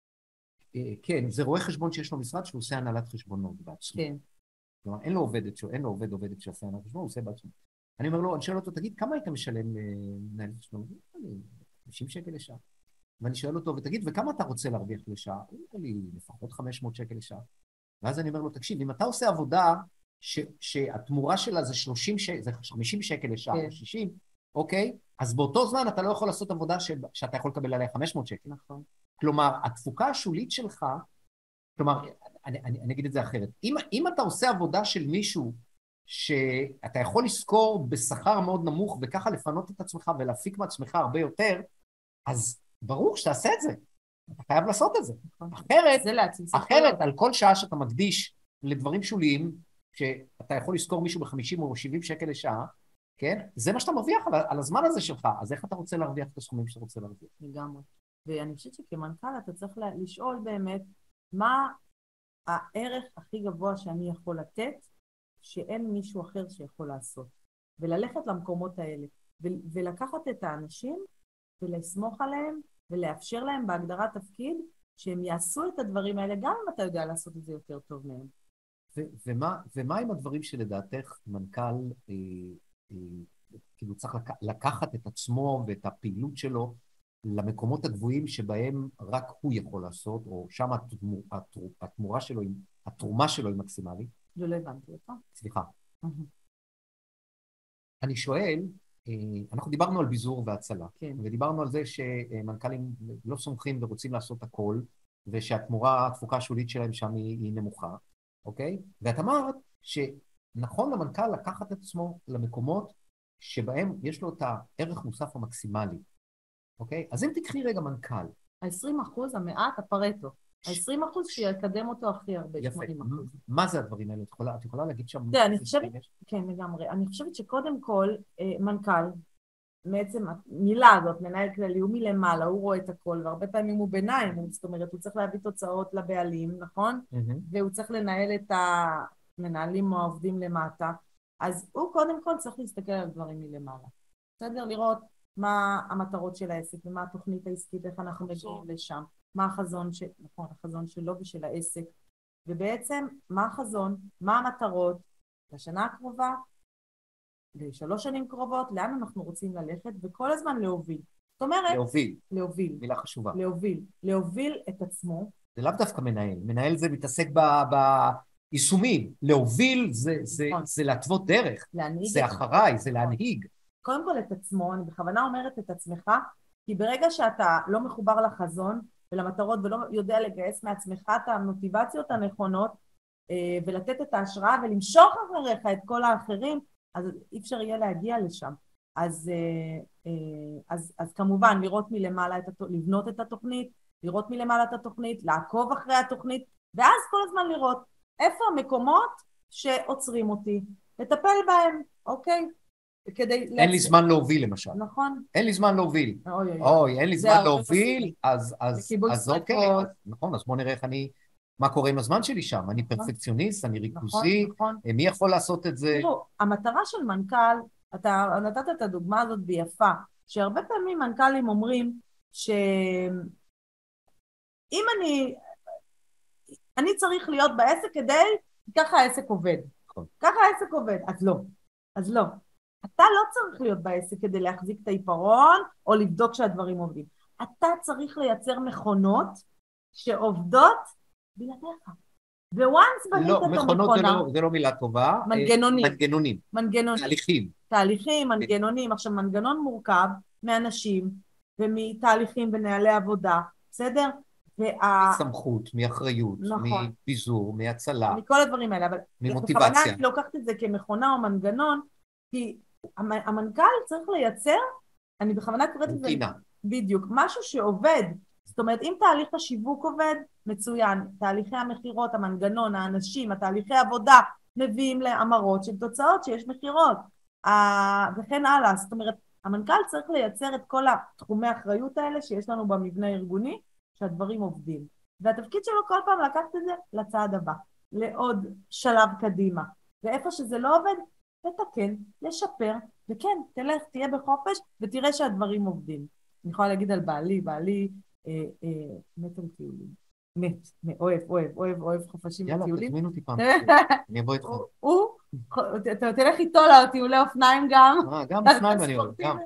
אה, כן, זה רואה חשבון שיש לו משרד שהוא עושה הנהלת חשבונות בעצמו. כן. כלומר, אין לו עובדת, אין לו עובד עובדת שעושה הנהלת חשבון, הוא עושה בעצמו. אני אומר לו, אני שואל אותו, תגיד, כמה היית משלם מנהל חשבון? חמישים שקל לשעה. ואני שואל אותו, ותגיד, וכמה אתה רוצה להרוויח לשעה? הוא אומר לי, לפחות חמש מאות שקל לשעה. ואז אני אומר לו, תקשיב, אם אתה עושה עבודה ש, שהתמורה שלה זה שלושים שקל, זה חמישים שקל לשעה, או שישים, אוקיי? אז באותו זמן אתה לא יכול לעשות עבודה ש, שאתה יכול לקבל עליה חמש מאות שקל. נכון. כלומר, התפוקה השולית שלך, כלומר, אני, אני, אני אגיד את זה אחרת. אם, אם אתה עושה עבודה של מישהו שאתה יכול לזכור בשכר מאוד נמוך, וככה לפנות את עצמך ולהפיק מעצמך הרבה יותר, אז ברור שתעשה את זה. אתה חייב לעשות את זה. אחרת, אחרת, על כל שעה שאתה מקדיש לדברים שוליים, שאתה יכול לזכור מישהו ב-חמישים או שבעים שקל לשעה, כן? זה מה שאתה מרוויח על, על הזמן הזה שלך. אז איך אתה רוצה להרוויח את הסכומים שאתה רוצה להרוויח? לגמרי. ואני חושבת שכמנכ"ל אתה צריך לשאול באמת, מה הערך הכי גבוה שאני יכול לתת, שאין מישהו אחר שיכול לעשות. וללכת למקומות האלה. ולקחת את האנשים, ולסמוך עליהם, ולאפשר להם בהגדרת תפקיד, שהם יעשו את הדברים האלה, גם אם אתה יודע לעשות את זה יותר טוב מהם. ומה, ומה עם הדברים שלדעתך מנכ"ל, אה, אה, כאילו צריך לק, לקחת את עצמו ואת הפעילות שלו למקומות הגבוהים שבהם רק הוא יכול לעשות, או שם התמורה, התמורה שלו, התרומה שלו היא מקסימלית? לא, לא הבנתי אותה. סליחה. אני שואל, אנחנו דיברנו על ביזור והצלה, כן. ודיברנו על זה שמנכ"לים לא סומכים ורוצים לעשות הכל, ושהתמורה, התפוקה השולית שלהם שם היא, היא נמוכה, אוקיי? ואת אמרת שנכון למנכ"ל לקחת את עצמו למקומות שבהם יש לו את הערך מוסף המקסימלי, אוקיי? אז אם תקחי רגע מנכ"ל. ה-עשרים אחוז המעט הפרטו, ה-עשרים אחוז שיקדם אותו הכי הרבה, יפה. שמונים אחוז. מה זה הדברים האלה? את יכולה, את יכולה להגיד שם? כן, אני חושבת, כן, לגמרי. אני חושבת שקודם כל, מנכ"ל, בעצם המילה הזאת, מנהל כללי, הוא מלמעלה, הוא רואה את הכל, והרבה פעמים הוא ביניים, זאת אומרת, הוא צריך להביא תוצאות לבעלים, נכון? והוא צריך לנהל את המנהלים או העובדים למטה, אז הוא קודם כל צריך להסתכל על דברים מלמעלה. בסדר? לראות מה המטרות של העסק, ומה התוכנית העסקית, איך אנחנו מגיעים לשם, מה החזון, ש... נכון, החזון שלו ושל העסק, ובעצם מה החזון, מה המטרות לשנה הקרובה, לשלוש שנים קרובות, לאן אנחנו רוצים ללכת, וכל הזמן להוביל. זאת אומרת... להוביל. להוביל. מילה חשובה. להוביל. להוביל את עצמו. זה לאו דווקא מנהל. מנהל זה מתעסק ביישומים. להוביל זה, זה, נכון. זה להתוות דרך. להנהיג. זה אחריי, זה להנהיג. קודם כל את עצמו, אני בכוונה אומרת את עצמך, כי ברגע שאתה לא מחובר לחזון ולמטרות ולא יודע לגייס מעצמך את המוטיבציות הנכונות, ולתת את ההשראה ולמשוך אחריך את כל האחרים, אז אי אפשר יהיה להגיע לשם. אז, אז, אז כמובן, לראות מלמעלה, את הת... לבנות את התוכנית, לראות מלמעלה את התוכנית, לעקוב אחרי התוכנית, ואז כל הזמן לראות איפה המקומות שעוצרים אותי, לטפל בהם, אוקיי? כדי... אין לי זמן להוביל, למשל. נכון. אין לי זמן להוביל. אוי, אוי, אוי, אין לי זמן להוביל, אז, אז, אז אוקיי. אז, נכון, אז בוא נראה איך אני... מה קורה עם הזמן שלי שם? אני פרפקציוניסט, אני ריכוזי, מי יכול לעשות את זה? תראו, המטרה של מנכ"ל, אתה נתת את הדוגמה הזאת ביפה, שהרבה פעמים מנכ"לים אומרים שאם אני, אני צריך להיות בעסק כדי, ככה העסק עובד. ככה העסק עובד, אז לא, אז לא. אתה לא צריך להיות בעסק כדי להחזיק את העיפרון, או לבדוק שהדברים עובדים. אתה צריך לייצר מכונות שעובדות בלעדיך. וואנס בנית לא, את המכונה... מכונות זה לא, זה לא מילה טובה. מנגנונים. מנגנונים. מנגנונים. תהליכים. תהליכים, מנגנונים. עכשיו, מנגנון מורכב מאנשים ומתהליכים ונהלי עבודה, בסדר? וה... מסמכות, מאחריות, נכון. מפיזור, מהצלה. מכל הדברים האלה, אבל... ממוטיבציה. בכוונה אני לוקחת את זה כמכונה או מנגנון, כי המנכ"ל צריך לייצר, אני בכוונה קוראת לזה... רוטינה. בדיוק, משהו שעובד. זאת אומרת, אם תהליך השיווק עובד, מצוין. תהליכי המחירות, המנגנון, האנשים, התהליכי עבודה, מביאים לאמרות של תוצאות שיש מחירות. וכן הלאה. זאת אומרת, המנכ"ל צריך לייצר את כל התחומי האחריות האלה שיש לנו במבנה הארגוני, שהדברים עובדים. והתפקיד שלו כל פעם לקחת את זה לצעד הבא, לעוד שלב קדימה. ואיפה שזה לא עובד, לתקן, לשפר, וכן, תלך, תהיה בחופש, ותראה שהדברים עובדים. אני יכולה להגיד על בעלי, בעלי אה, אה, מת על טיולים. מת, אוהב, אוהב, אוהב, אוהב חופשים וטיולים. יאללה, תזמין אותי פעם. אני אבוא איתך. הוא, אתה תלך איתו לטיולי אופניים גם. אה, גם אופניים אני אוהב, גם.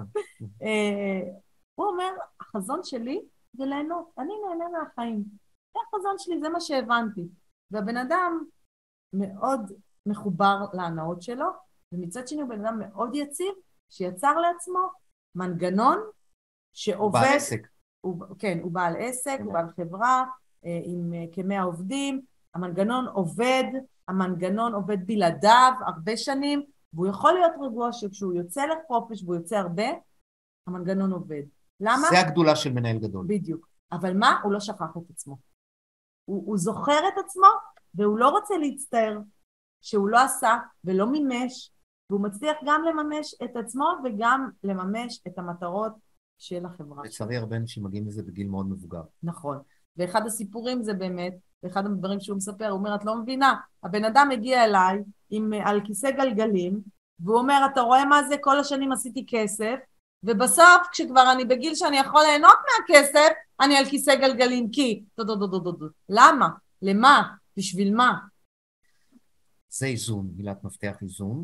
הוא אומר, החזון שלי זה ליהנות, אני נהנה מהחיים. זה החזון שלי, זה מה שהבנתי. והבן אדם מאוד מחובר להנאות שלו, ומצד שני הוא בן אדם מאוד יציב, שיצר לעצמו מנגנון שעובד... בעל עסק. הוא, כן, הוא בעל עסק, הוא בעל חברה, עם כמאה עובדים, המנגנון עובד, המנגנון עובד בלעדיו הרבה שנים, והוא יכול להיות רגוע שכשהוא יוצא לחופש והוא יוצא הרבה, המנגנון עובד. למה? זה הגדולה של מנהל גדול. בדיוק. אבל מה? הוא לא שכח את עצמו. הוא, הוא זוכר את עצמו, והוא לא רוצה להצטער שהוא לא עשה ולא מימש, והוא מצליח גם לממש את עצמו וגם לממש את המטרות של החברה. לצערי הרבה אנשים מגיעים לזה בגיל מאוד מבוגר. נכון. ואחד הסיפורים זה באמת, ואחד הדברים שהוא מספר, הוא אומר, את לא מבינה, הבן אדם הגיע אליי עם, על כיסא גלגלים, והוא אומר, אתה רואה מה זה? כל השנים עשיתי כסף, ובסוף, כשכבר אני בגיל שאני יכול ליהנות מהכסף, אני על כיסא גלגלים, כי... למה? למה? בשביל מה? זה איזון, מילת מפתח איזון,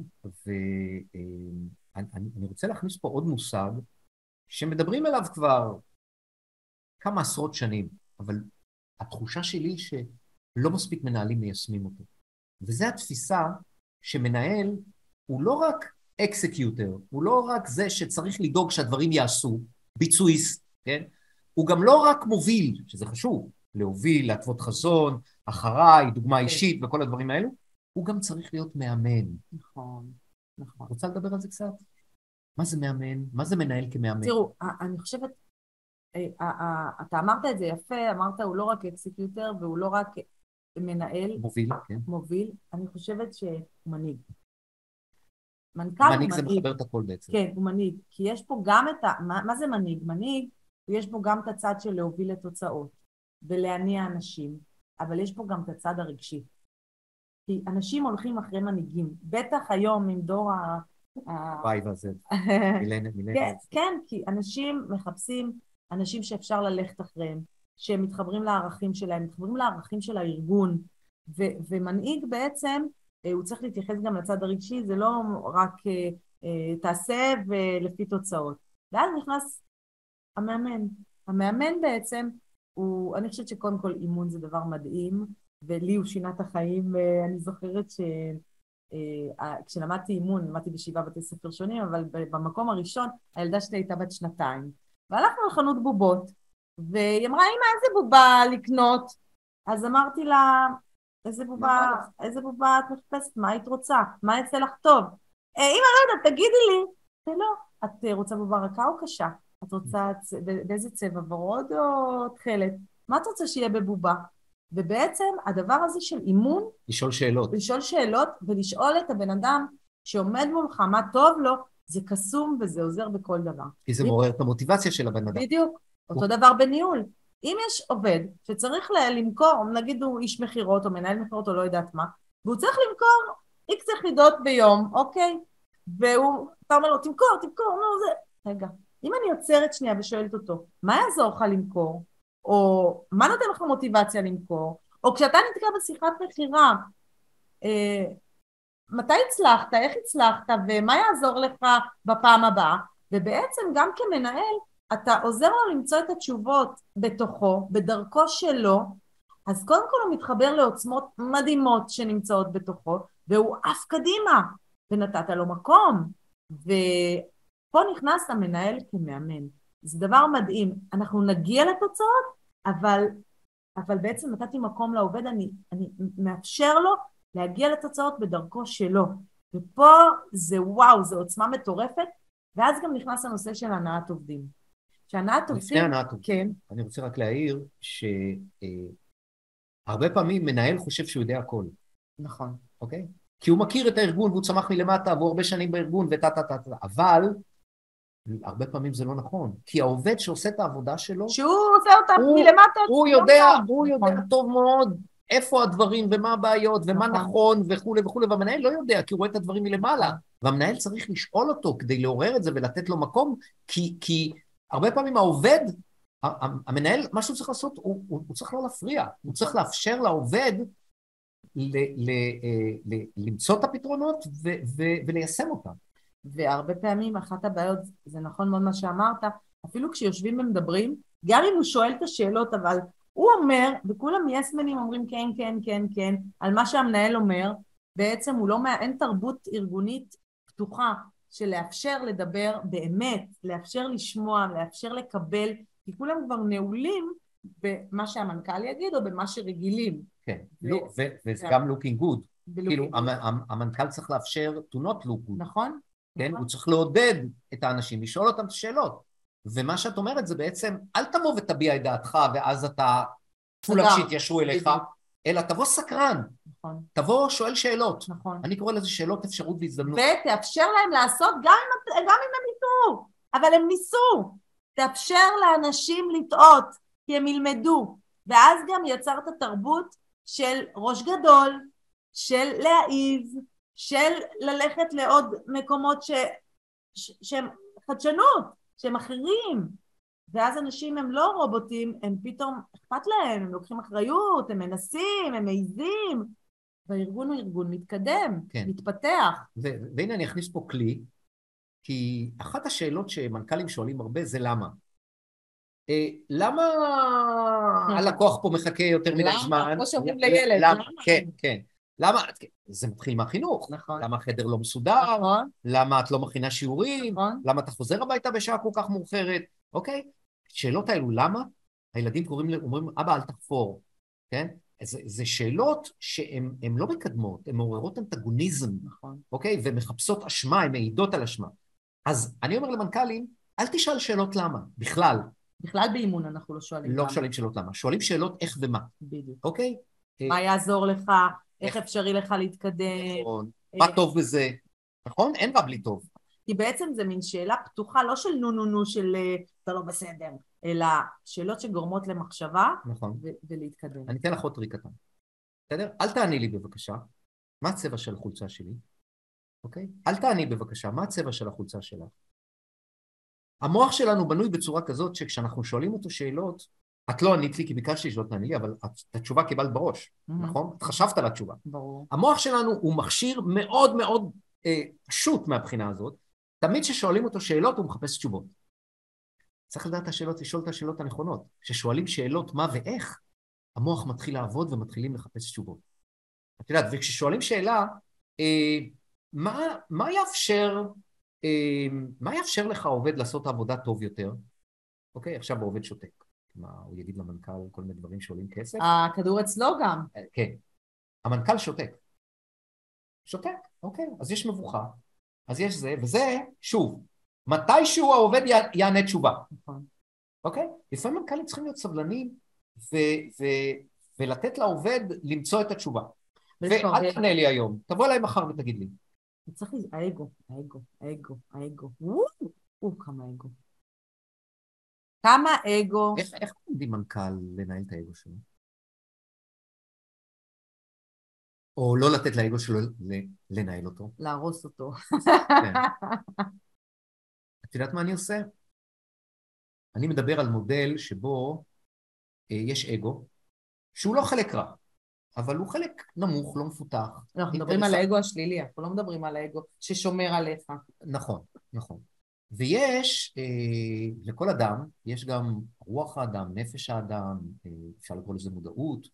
ואני רוצה להכניס פה עוד מושג, שמדברים עליו כבר כמה עשרות שנים, אבל התחושה שלי היא שלא מספיק מנהלים מיישמים אותו. וזו התפיסה שמנהל הוא לא רק אקסקיוטר, הוא לא רק זה שצריך לדאוג שהדברים יעשו, ביצועיסט, כן? הוא גם לא רק מוביל, שזה חשוב, להוביל, להתוות חזון, אחריי, דוגמה אישית וכל הדברים האלו, הוא גם צריך להיות מאמן. נכון, נכון. רוצה לדבר על זה קצת? מה זה מאמן? מה זה מנהל כמאמן? תראו, אני חושבת, אתה אמרת את זה יפה, אמרת הוא לא רק אקסקיוטר והוא לא רק מנהל. מוביל, כן. מוביל, אני חושבת שהוא מנהיג. מנכ"ל הוא מנהיג. מנהיג זה מחבר את הכל בעצם. כן, הוא מנהיג. כי יש פה גם את ה... מה, מה זה מנהיג? מנהיג, יש פה גם את הצד של להוביל לתוצאות ולהניע אנשים, אבל יש פה גם את הצד הרגשי. כי אנשים הולכים אחרי מנהיגים, בטח היום עם דור ה... וואי וזה, מילנה, מילנה. כן, כן, כי אנשים מחפשים אנשים שאפשר ללכת אחריהם, שהם מתחברים לערכים שלהם, מתחברים לערכים של הארגון, ו- ומנהיג בעצם, הוא צריך להתייחס גם לצד הרגשי, זה לא רק תעשה ולפי תוצאות. ואז נכנס המאמן. המאמן בעצם, הוא, אני חושבת שקודם כל אימון זה דבר מדהים, ולי הוא שינה את החיים, אני זוכרת ש... כשלמדתי אימון, למדתי בשבעה בתי ספר שונים, אבל במקום הראשון, הילדה שלי הייתה בת שנתיים, והלכנו לחנות בובות, והיא אמרה, אמא, איזה בובה לקנות? אז אמרתי לה, איזה בובה, איזה בובה את מחפשת, מה היית רוצה? מה יצא לך טוב? אמא, לא יודעת, תגידי לי. ולא, את רוצה בובה רכה או קשה? את רוצה, באיזה צבע, ורוד או תכלת? מה את רוצה שיהיה בבובה? ובעצם הדבר הזה של אימון, לשאול שאלות. לשאול שאלות ולשאול את הבן אדם שעומד מולך מה טוב לו, זה קסום וזה עוזר בכל דבר. כי זה מעורר את המוטיבציה של הבן אדם. בדיוק, אותו דבר בניהול. אם יש עובד שצריך למכור, נגיד הוא איש מחירות או מנהל מחירות או לא יודעת מה, והוא צריך למכור איקס יחידות ביום, אוקיי? והוא, אתה אומר לו, תמכור, תמכור, נו זה. רגע, אם אני יוצרת שנייה ושואלת אותו, מה יעזור לך למכור? או מה נותן לך מוטיבציה למכור, או כשאתה נתקע בשיחת מחירה, אה, מתי הצלחת, איך הצלחת, ומה יעזור לך בפעם הבאה, ובעצם גם כמנהל, אתה עוזר לו למצוא את התשובות בתוכו, בדרכו שלו, אז קודם כל הוא מתחבר לעוצמות מדהימות שנמצאות בתוכו, והוא עף קדימה, ונתת לו מקום. ופה נכנס המנהל כמאמן. זה דבר מדהים. אנחנו נגיע לתוצאות, אבל, אבל בעצם נתתי מקום לעובד, אני, אני מאפשר לו להגיע לתוצאות בדרכו שלו. ופה זה וואו, זה עוצמה מטורפת, ואז גם נכנס הנושא של הנעת עובדים. שהנעת עובדים... לפני הנעת עובדים, כן. אני רוצה רק להעיר שהרבה פעמים מנהל חושב שהוא יודע הכל. נכון. אוקיי? כי הוא מכיר את הארגון, והוא צמח מלמטה, והוא הרבה שנים בארגון, ותה, תה, תה, תה. אבל, הרבה פעמים זה לא נכון. כי העובד שעושה את העבודה שלו... שהוא עושה אותה מלמטה... הוא יודע, הוא יודע טוב מאוד איפה הדברים, ומה הבעיות, ומה נכון, וכו' וכו', והמנהל לא יודע, כי הוא רואה את הדברים מלמעלה. והמנהל צריך לשאול אותו כדי לעורר את זה ולתת לו מקום, כי, כי הרבה פעמים העובד, המנהל, מה שהוא צריך לעשות, הוא, הוא, הוא צריך לא להפריע, הוא צריך לאפשר לעובד ל, ל, ל, למצוא את הפתרונות ו, ו, וליישם אותם. והרבה פעמים אחת הבעיות, זה נכון מאוד מה שאמרת, אפילו כשיושבים ומדברים, גם אם הוא שואל את השאלות, אבל הוא אומר, וכולם יסמנים אומרים כן, כן, כן, כן, על מה שהמנהל אומר, בעצם הוא לא, אין תרבות ארגונית פתוחה של לאפשר לדבר באמת, לאפשר לשמוע, לאפשר לקבל, כי כולם כבר נעולים במה שהמנכ"ל יגיד או במה שרגילים. כן, וזה גם looking good. כאילו, המנכ"ל צריך לאפשר to not look good. נכון. כן, הוא צריך לעודד את האנשים, לשאול אותם את השאלות. ומה שאת אומרת זה בעצם, אל תבוא ותביע את דעתך, ואז אתה כולם שיתיישרו אליך, אלא תבוא סקרן. נכון. תבוא שואל שאלות. נכון. אני קורא לזה שאלות אפשרות והזדמנות. ותאפשר להם לעשות גם אם, גם אם הם ניסו, אבל הם ניסו. תאפשר לאנשים לטעות, כי הם ילמדו. ואז גם יצרת תרבות של ראש גדול, של להעיז, של ללכת לעוד מקומות ש... ש... שהם חדשנות, שהם אחרים. ואז אנשים הם לא רובוטים, הם פתאום אכפת להם, הם לוקחים אחריות, הם מנסים, הם מעיזים. והארגון הוא ארגון מתקדם, כן. מתפתח. ו... והנה אני אכניס פה כלי, כי אחת השאלות שמנכ"לים שואלים הרבה זה למה. אה, למה הלקוח פה מחכה יותר מדי זמן? למה? כמו שאומרים לילד. למה? כן, כן. למה? זה מתחיל מהחינוך. נכון. למה החדר לא מסודר? נכון. למה את לא מכינה שיעורים? נכון. למה אתה חוזר הביתה בשעה כל כך מאוחרת? אוקיי? שאלות האלו, למה? הילדים קוראים, אומרים, אבא, אל תחפור. כן? זה, זה שאלות שהן לא מקדמות, הן מעוררות אנטגוניזם. נכון. אוקיי? ומחפשות אשמה, הן מעידות על אשמה. אז אני אומר למנכ"לים, אל תשאל שאלות למה, בכלל. בכלל באימון אנחנו לא שואלים למה. לא שואלים שאלות למה, שואלים שאלות איך ומה. בדיוק. אוקיי? מה יעזור לך? איך אפשרי לך להתקדם? נכון. מה טוב בזה? נכון? אין מה בלי טוב. כי בעצם זה מין שאלה פתוחה, לא של נו נו נו של אתה לא בסדר, אלא שאלות שגורמות למחשבה ולהתקדם. אני אתן לך עוד טריק קטן. בסדר? אל תעני לי בבקשה, מה הצבע של החולצה שלי? אוקיי? אל תעני בבקשה, מה הצבע של החולצה שלך? המוח שלנו בנוי בצורה כזאת שכשאנחנו שואלים אותו שאלות, את לא ענית לי כי ביקשתי שלא תעני לי, אבל את התשובה קיבלת בראש, נכון? את חשבת על התשובה. ברור. המוח שלנו הוא מכשיר מאוד מאוד פשוט מהבחינה הזאת, תמיד כששואלים אותו שאלות הוא מחפש תשובות. צריך לדעת את השאלות, לשאול את השאלות הנכונות. כששואלים שאלות מה ואיך, המוח מתחיל לעבוד ומתחילים לחפש תשובות. את יודעת, וכששואלים שאלה, מה, מה יאפשר, מה יאפשר לך העובד לעשות עבודה טוב יותר? אוקיי, עכשיו העובד שותק. מה, הוא יגיד למנכ"ל כל מיני דברים שעולים כסף? הכדור אצלו גם. כן. המנכ"ל שותק. שותק, אוקיי. אז יש מבוכה, אז יש זה, וזה, שוב, מתישהו העובד יענה תשובה. נכון. אוקיי? לפעמים מנכ"לים צריכים להיות סבלנים, ולתת לעובד למצוא את התשובה. ואל תענה לי היום, תבוא אליי מחר ותגיד לי. צריך לזה, האגו, האגו, האגו, האגו. או, כמה אגו. כמה אגו. איך, איך עומדים מנכ"ל לנהל את האגו שלו? או לא לתת לאגו שלו לנהל אותו? להרוס אותו. כן. את יודעת מה אני עושה? אני מדבר על מודל שבו אה, יש אגו, שהוא לא חלק רע, אבל הוא חלק נמוך, לא מפותח. אנחנו מדברים על האגו השלילי, אנחנו לא מדברים על האגו ששומר עליך. נכון, נכון. ויש, אה, לכל אדם, יש גם רוח האדם, נפש האדם, אה, אפשר לקרוא לזה מודעות,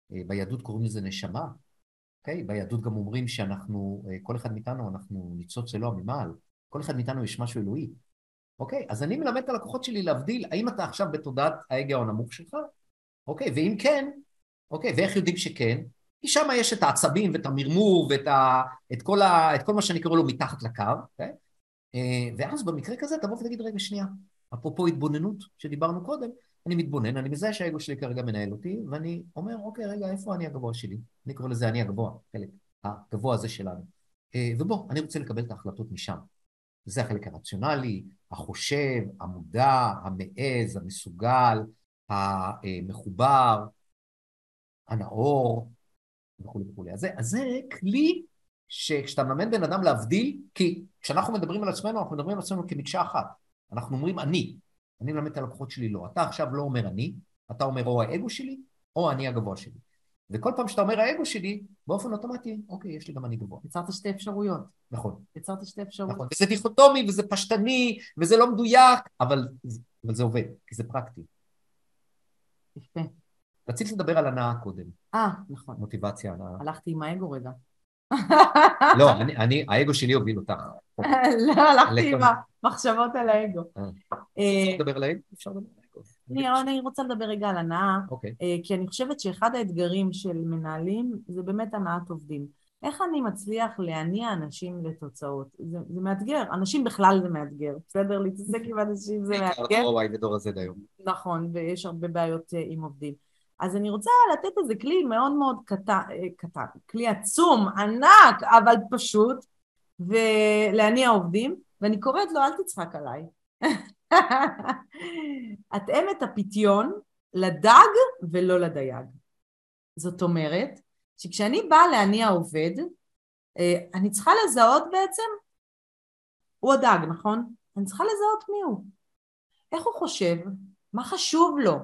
ביהדות קוראים לזה נשמה, אוקיי? ביהדות גם אומרים שאנחנו, כל אחד מאיתנו, אנחנו ניצוץ אלוה ממעל, כל אחד מאיתנו יש משהו אלוהי, אוקיי? אז אני מלמד את הלקוחות שלי להבדיל, האם אתה עכשיו בתודעת ההגה הנמוך שלך, אוקיי? ואם כן, אוקיי, ואיך יודעים שכן? כי שם יש את העצבים ואת המרמור ואת ה, את כל, ה, את כל מה שאני קורא לו מתחת לקו, אוקיי? ואז במקרה כזה תבוא ותגיד, רגע שנייה, אפרופו התבוננות שדיברנו קודם, אני מתבונן, אני מזהה שהאגו שלי כרגע מנהל אותי, ואני אומר, אוקיי, רגע, איפה אני הגבוה שלי? אני קורא לזה אני הגבוה, חלק הגבוה הזה שלנו. ובוא, אני רוצה לקבל את ההחלטות משם. זה החלק הרציונלי, החושב, המודע, המעז, המסוגל, המחובר, הנאור, וכו' וכו'. אז, אז זה כלי שכשאתה מלמד בן אדם להבדיל, כי כשאנחנו מדברים על עצמנו, אנחנו מדברים על עצמנו כמקשה אחת. אנחנו אומרים אני. אני מלמד את הלקוחות שלי לא. אתה עכשיו לא אומר אני, אתה אומר או האגו שלי, או אני הגבוה שלי. וכל פעם שאתה אומר האגו שלי, באופן אוטומטי, אוקיי, יש לי גם אני גבוה. יצרת שתי אפשרויות. נכון. יצרת שתי אפשרויות. נכון. וזה דיכוטומי, וזה פשטני, וזה לא מדויק, אבל, אבל זה עובד, כי זה פרקטי. יפה. רציתי לדבר על הנאה קודם. אה, נכון. מוטיבציה, הנאה. הלכתי עם האגו רגע. לא, אני, אני, האגו שלי הוביל אותך. לא, הלכתי עם המחשבות על האגו. אפשר לדבר על האגו? אפשר לדבר על האגו. אני רוצה לדבר רגע על הנאה, אוקיי. כי אני חושבת שאחד האתגרים של מנהלים זה באמת הנעת עובדים. איך אני מצליח להניע אנשים לתוצאות? זה, זה מאתגר, אנשים בכלל זה מאתגר, בסדר? להתעסק עם אנשים זה מאתגר. דור ה-Y ודור ה-Z היום. נכון, ויש הרבה בעיות עם עובדים. אז אני רוצה לתת איזה כלי מאוד מאוד קטן, קטן, כלי עצום, ענק, אבל פשוט, ולהניע עובדים, ואני קוראת לו, אל תצחק עליי. התאם את הפתיון לדג ולא לדייג. זאת אומרת, שכשאני באה להניע עובד, אני צריכה לזהות בעצם, הוא הדג, נכון? אני צריכה לזהות מי הוא. איך הוא חושב? מה חשוב לו?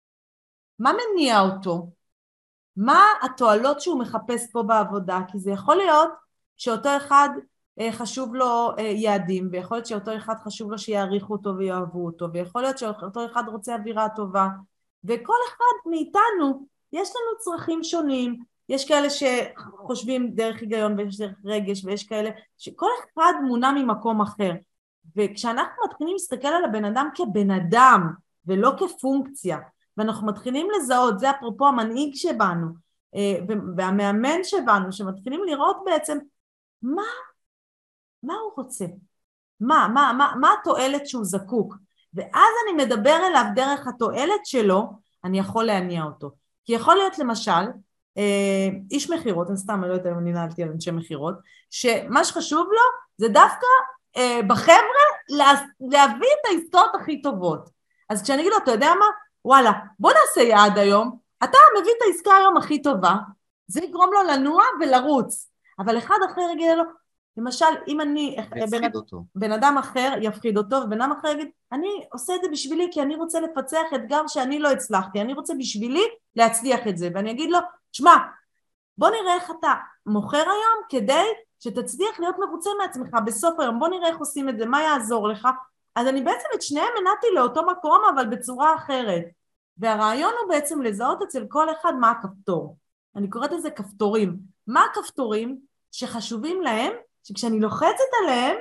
מה מניע אותו? מה התועלות שהוא מחפש פה בעבודה? כי זה יכול להיות שאותו אחד חשוב לו יעדים, ויכול להיות שאותו אחד חשוב לו שיעריכו אותו ויאהבו אותו, ויכול להיות שאותו אחד רוצה אווירה טובה, וכל אחד מאיתנו יש לנו צרכים שונים, יש כאלה שחושבים דרך היגיון ויש דרך רגש, ויש כאלה שכל אחד מונע ממקום אחר, וכשאנחנו מתחילים להסתכל על הבן אדם כבן אדם ולא כפונקציה, ואנחנו מתחילים לזהות, זה אפרופו המנהיג שבנו והמאמן שבנו, שמתחילים לראות בעצם מה מה הוא רוצה, מה, מה, מה, מה התועלת שהוא זקוק, ואז אני מדבר אליו דרך התועלת שלו, אני יכול להניע אותו. כי יכול להיות למשל, אה, איש מחירות, אני סתם, אני לא יודעת אם אני נעלתי על אנשי מחירות, שמה שחשוב לו זה דווקא אה, בחבר'ה לה, להביא את העסקאות הכי טובות. אז כשאני אגיד לו, אתה יודע מה? וואלה, בוא נעשה יעד היום, אתה מביא את העסקה היום הכי טובה, זה יגרום לו לנוע ולרוץ, אבל אחד אחר יגיד לו, למשל, אם אני, בן, בן אדם אחר יפחיד אותו, ובן אדם אחר יגיד, אני עושה את זה בשבילי, כי אני רוצה לפצח אתגר שאני לא הצלחתי, אני רוצה בשבילי להצליח את זה, ואני אגיד לו, שמע, בוא נראה איך אתה מוכר היום, כדי שתצליח להיות מרוצה מעצמך בסוף היום, בוא נראה איך עושים את זה, מה יעזור לך, אז אני בעצם את שניהם מנעתי לאותו מקום, אבל בצורה אחרת, והרעיון הוא בעצם לזהות אצל כל אחד מה הכפתור, אני קוראת לזה כפתורים, מה הכפתורים שחשובים להם, שכשאני לוחצת עליהם,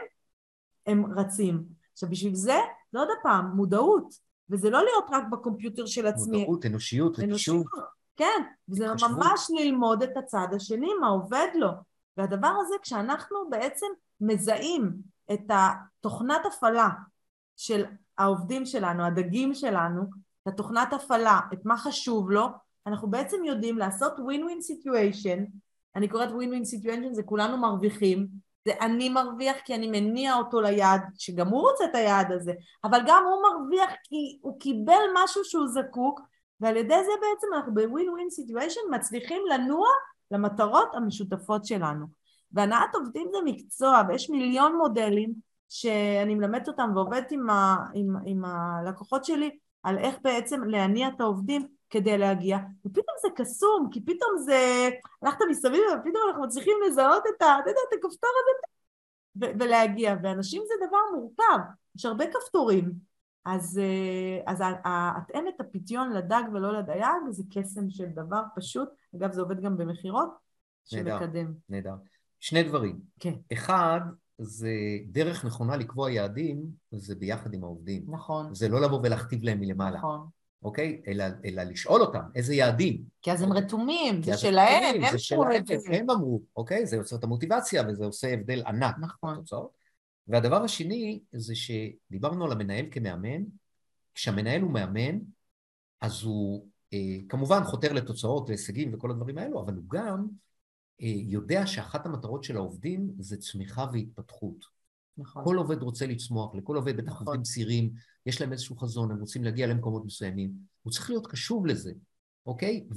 הם רצים. עכשיו, בשביל זה, לא יודע פעם, מודעות, וזה לא להיות רק בקומפיוטר של עצמי. מודעות, אנושיות, רגישות. כן, וזה ממש ללמוד את הצד השני, מה עובד לו. והדבר הזה, כשאנחנו בעצם מזהים את התוכנת הפעלה של העובדים שלנו, הדגים שלנו, את התוכנת הפעלה, את מה חשוב לו, אנחנו בעצם יודעים לעשות win-win situation, אני קוראת win-win situation, זה כולנו מרוויחים, זה אני מרוויח כי אני מניע אותו ליעד, שגם הוא רוצה את היעד הזה, אבל גם הוא מרוויח כי הוא קיבל משהו שהוא זקוק, ועל ידי זה בעצם אנחנו ב-win-win situation מצליחים לנוע למטרות המשותפות שלנו. והנעת עובדים זה מקצוע, ויש מיליון מודלים שאני מלמדת אותם ועובדת עם, ה, עם, עם הלקוחות שלי, על איך בעצם להניע את העובדים כדי להגיע, ופתאום זה קסום, כי פתאום זה, הלכת מסביב, ופתאום אנחנו מצליחים לזהות את, ה, אתה יודע, את הכפתור הזה, ו- ולהגיע, ואנשים זה דבר מורכב, יש הרבה כפתורים, אז, אז התאמת הפתיון לדג ולא לדייג זה קסם של דבר פשוט, אגב זה עובד גם במחירות, שמקדם. נהדר. שני דברים. כן. אחד, זה דרך נכונה לקבוע יעדים, זה ביחד עם העובדים. נכון. זה לא לבוא ולהכתיב להם מלמעלה. נכון. אוקיי? אלא, אלא לשאול אותם, איזה יעדים? כי אז הם רתומים, זה שלהם, הם שלהם, הם אמרו, אוקיי? זה יוצר את המוטיבציה, וזה עושה הבדל ענק. נכון. בתוצאות. והדבר השני, זה שדיברנו על המנהל כמאמן, כשהמנהל הוא מאמן, אז הוא אה, כמובן חותר לתוצאות, להישגים וכל הדברים האלו, אבל הוא גם אה, יודע שאחת המטרות של העובדים זה צמיחה והתפתחות. נכון. כל עובד רוצה לצמוח, לכל עובד, בטח עובדים צעירים, יש להם איזשהו חזון, הם רוצים להגיע למקומות מסוימים, הוא צריך להיות קשוב לזה, אוקיי?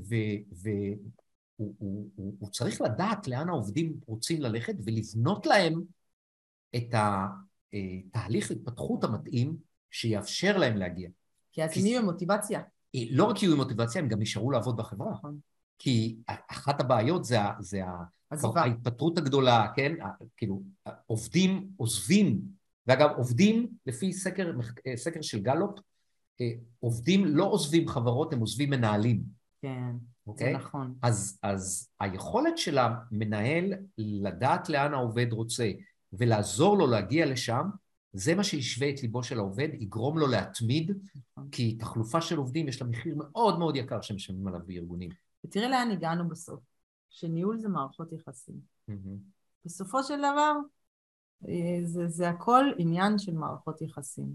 והוא צריך לדעת לאן העובדים רוצים ללכת, ולבנות להם את התהליך התפתחות המתאים, שיאפשר להם להגיע. כי אז הם יהיו עם מוטיבציה. לא רק יהיו עם מוטיבציה, הם גם יישארו לעבוד בחברה. נכון. כי אחת הבעיות זה, זה ההתפטרות הגדולה, כן? כאילו, עובדים עוזבים, ואגב, עובדים, לפי סקר, סקר של גלופ, עובדים לא עוזבים חברות, הם עוזבים מנהלים. כן, אוקיי? זה נכון. אז, אז היכולת של המנהל לדעת לאן העובד רוצה, ולעזור לו להגיע לשם, זה מה שישווה את ליבו של העובד, יגרום לו להתמיד, נכון. כי תחלופה של עובדים יש לה מחיר מאוד מאוד יקר שמשלמים עליו בארגונים. ותראה לאן הגענו בסוף, שניהול זה מערכות יחסים. Mm-hmm. בסופו של דבר, זה, זה הכל עניין של מערכות יחסים.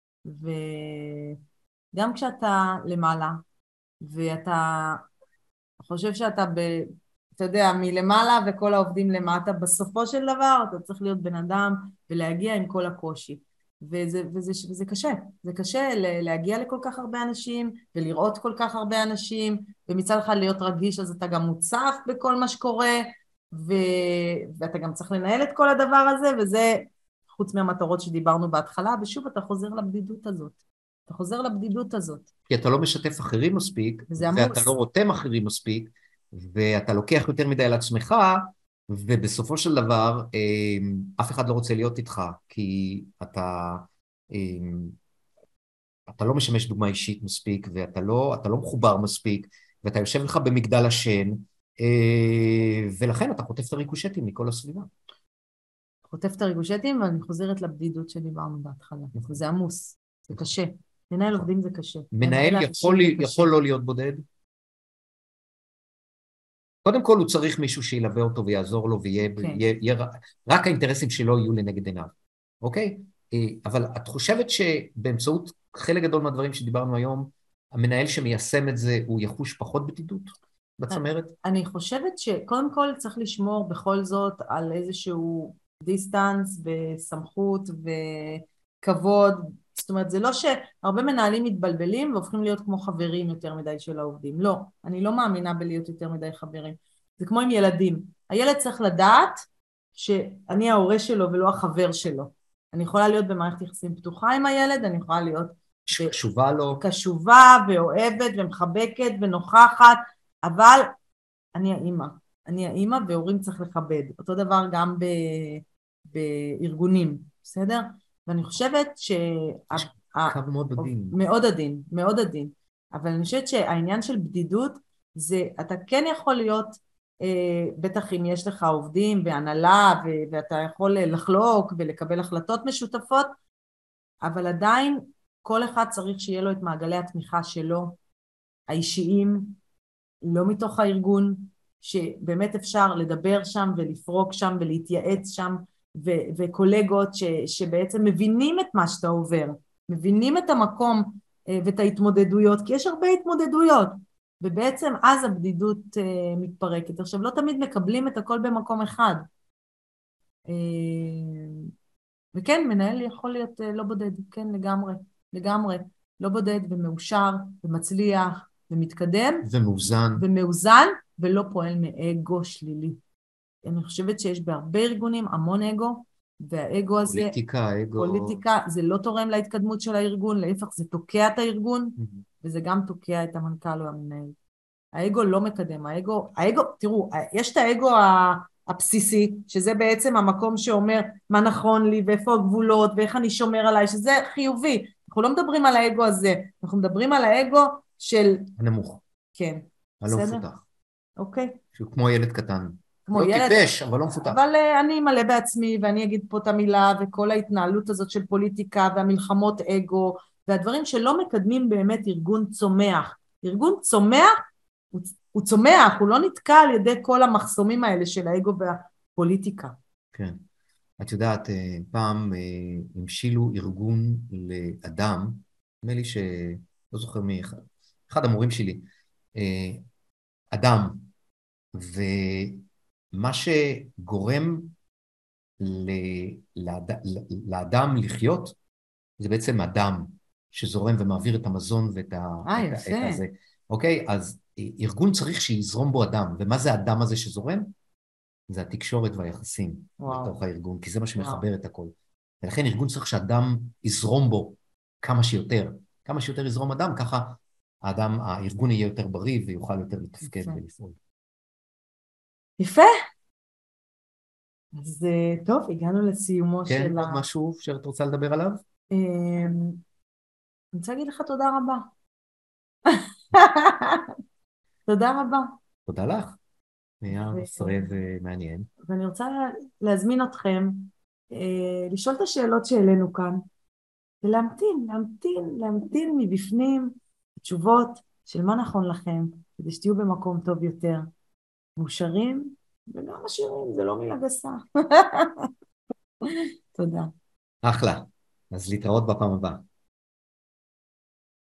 וגם כשאתה למעלה, ואתה חושב שאתה, ב, אתה יודע, מלמעלה וכל העובדים למטה, בסופו של דבר אתה צריך להיות בן אדם ולהגיע עם כל הקושי. וזה, וזה, וזה קשה, זה קשה להגיע לכל כך הרבה אנשים, ולראות כל כך הרבה אנשים, ומצד אחד להיות רגיש, אז אתה גם מוצף בכל מה שקורה, ו... ואתה גם צריך לנהל את כל הדבר הזה, וזה חוץ מהמטרות שדיברנו בהתחלה, ושוב אתה חוזר לבדידות הזאת, אתה חוזר לבדידות הזאת. כי אתה לא משתף אחרים מספיק, ואתה לא רותם אחרים מספיק, ואתה לוקח יותר מדי על עצמך, ובסופו של דבר, אף אחד לא רוצה להיות איתך, כי אתה, אתה לא משמש דוגמה אישית מספיק, ואתה לא, אתה לא מחובר מספיק, ואתה יושב לך במגדל השן, ולכן אתה חוטף את הריקושטים מכל הסביבה. חוטף את הריקושטים, ואני חוזרת לבדידות שדיברנו בהתחלה. זה עמוס, זה קשה. מנהל עובדים זה קשה. מנהל יכול, יכול לא להיות בודד? קודם כל הוא צריך מישהו שילווה אותו ויעזור לו, ויהיה, כן. יהיה, יהיה, רק האינטרסים שלו יהיו לנגד עיניו, אוקיי? אבל את חושבת שבאמצעות חלק גדול מהדברים שדיברנו היום, המנהל שמיישם את זה, הוא יחוש פחות בדידות בצמרת? אני חושבת שקודם כל צריך לשמור בכל זאת על איזשהו דיסטנס וסמכות וכבוד, זאת אומרת, זה לא שהרבה מנהלים מתבלבלים והופכים להיות כמו חברים יותר מדי של העובדים. לא, אני לא מאמינה בלהיות יותר מדי חברים. זה כמו עם ילדים. הילד צריך לדעת שאני ההורה שלו ולא החבר שלו. אני יכולה להיות במערכת יחסים פתוחה עם הילד, אני יכולה להיות קשובה לו. קשובה ואוהבת ומחבקת ונוכחת, אבל אני האמא. אני האמא והורים צריך לכבד. אותו דבר גם ב... בארגונים, בסדר? ואני חושבת ש... קו מאוד עדין. מאוד עדין, מאוד עדין. אבל אני חושבת שהעניין של בדידות, זה, אתה כן יכול להיות, אה, בטח אם יש לך עובדים והנהלה, ו- ואתה יכול לחלוק ולקבל החלטות משותפות, אבל עדיין כל אחד צריך שיהיה לו את מעגלי התמיכה שלו, האישיים, לא מתוך הארגון, שבאמת אפשר לדבר שם ולפרוק שם ולהתייעץ שם, ו- וקולגות ש- שבעצם מבינים את מה שאתה עובר, מבינים את המקום אה, ואת ההתמודדויות, כי יש הרבה התמודדויות, ובעצם אז הבדידות אה, מתפרקת. עכשיו, לא תמיד מקבלים את הכל במקום אחד. אה, וכן, מנהל יכול להיות אה, לא בודד, כן, לגמרי, לגמרי, לא בודד ומאושר ומצליח ומתקדם. ומאוזן. ומאוזן, ולא פועל מאגו שלילי. אני חושבת שיש בהרבה ארגונים המון אגו, והאגו הזה... פוליטיקה, אגו... פוליטיקה, זה לא תורם להתקדמות של הארגון, להפך זה תוקע את הארגון, mm-hmm. וזה גם תוקע את המנכ"ל או המנהל. האגו לא מקדם, האגו... האגו, תראו, יש את האגו הבסיסי, שזה בעצם המקום שאומר מה נכון לי, ואיפה הגבולות, ואיך אני שומר עליי, שזה חיובי. אנחנו לא מדברים על האגו הזה, אנחנו מדברים על האגו של... הנמוך. כן. הלא מפותח. אוקיי. שהוא כמו ילד קטן. כמו לא ילד... טיפש, אבל לא מפותח. אבל uh, אני מלא בעצמי, ואני אגיד פה את המילה, וכל ההתנהלות הזאת של פוליטיקה, והמלחמות אגו, והדברים שלא מקדמים באמת ארגון צומח. ארגון צומח, הוא, הוא צומח, הוא לא נתקע על ידי כל המחסומים האלה של האגו והפוליטיקה. כן. את יודעת, פעם המשילו ארגון לאדם, נדמה לי ש... לא זוכר מי, אחד, אחד המורים שלי, אדם, ומה שגורם לאדם לחיות, זה בעצם אדם שזורם ומעביר את המזון ואת ה... אה, יפה. הזה. אוקיי? אז ארגון צריך שיזרום בו אדם, ומה זה האדם הזה שזורם? זה התקשורת והיחסים וואו. בתוך הארגון, כי זה מה שמחבר וואו. את הכל. ולכן ארגון צריך שאדם יזרום בו כמה שיותר. כמה שיותר יזרום אדם, ככה האדם, הארגון יהיה יותר בריא ויוכל יותר לתפקד ולפעול. יפה. אז טוב, הגענו לסיומו כן, של... כן, עוד משהו שאת רוצה לדבר עליו? אני רוצה להגיד לך תודה רבה. תודה רבה. תודה לך. היה מסרב ומעניין. ואני רוצה להזמין אתכם לשאול את השאלות שהעלינו כאן, ולהמתין, להמתין, להמתין מבפנים תשובות של מה נכון לכם, כדי שתהיו במקום טוב יותר. מאושרים וגם עשירים, זה לא מילה גסה. תודה. אחלה. אז להתראות בפעם הבאה.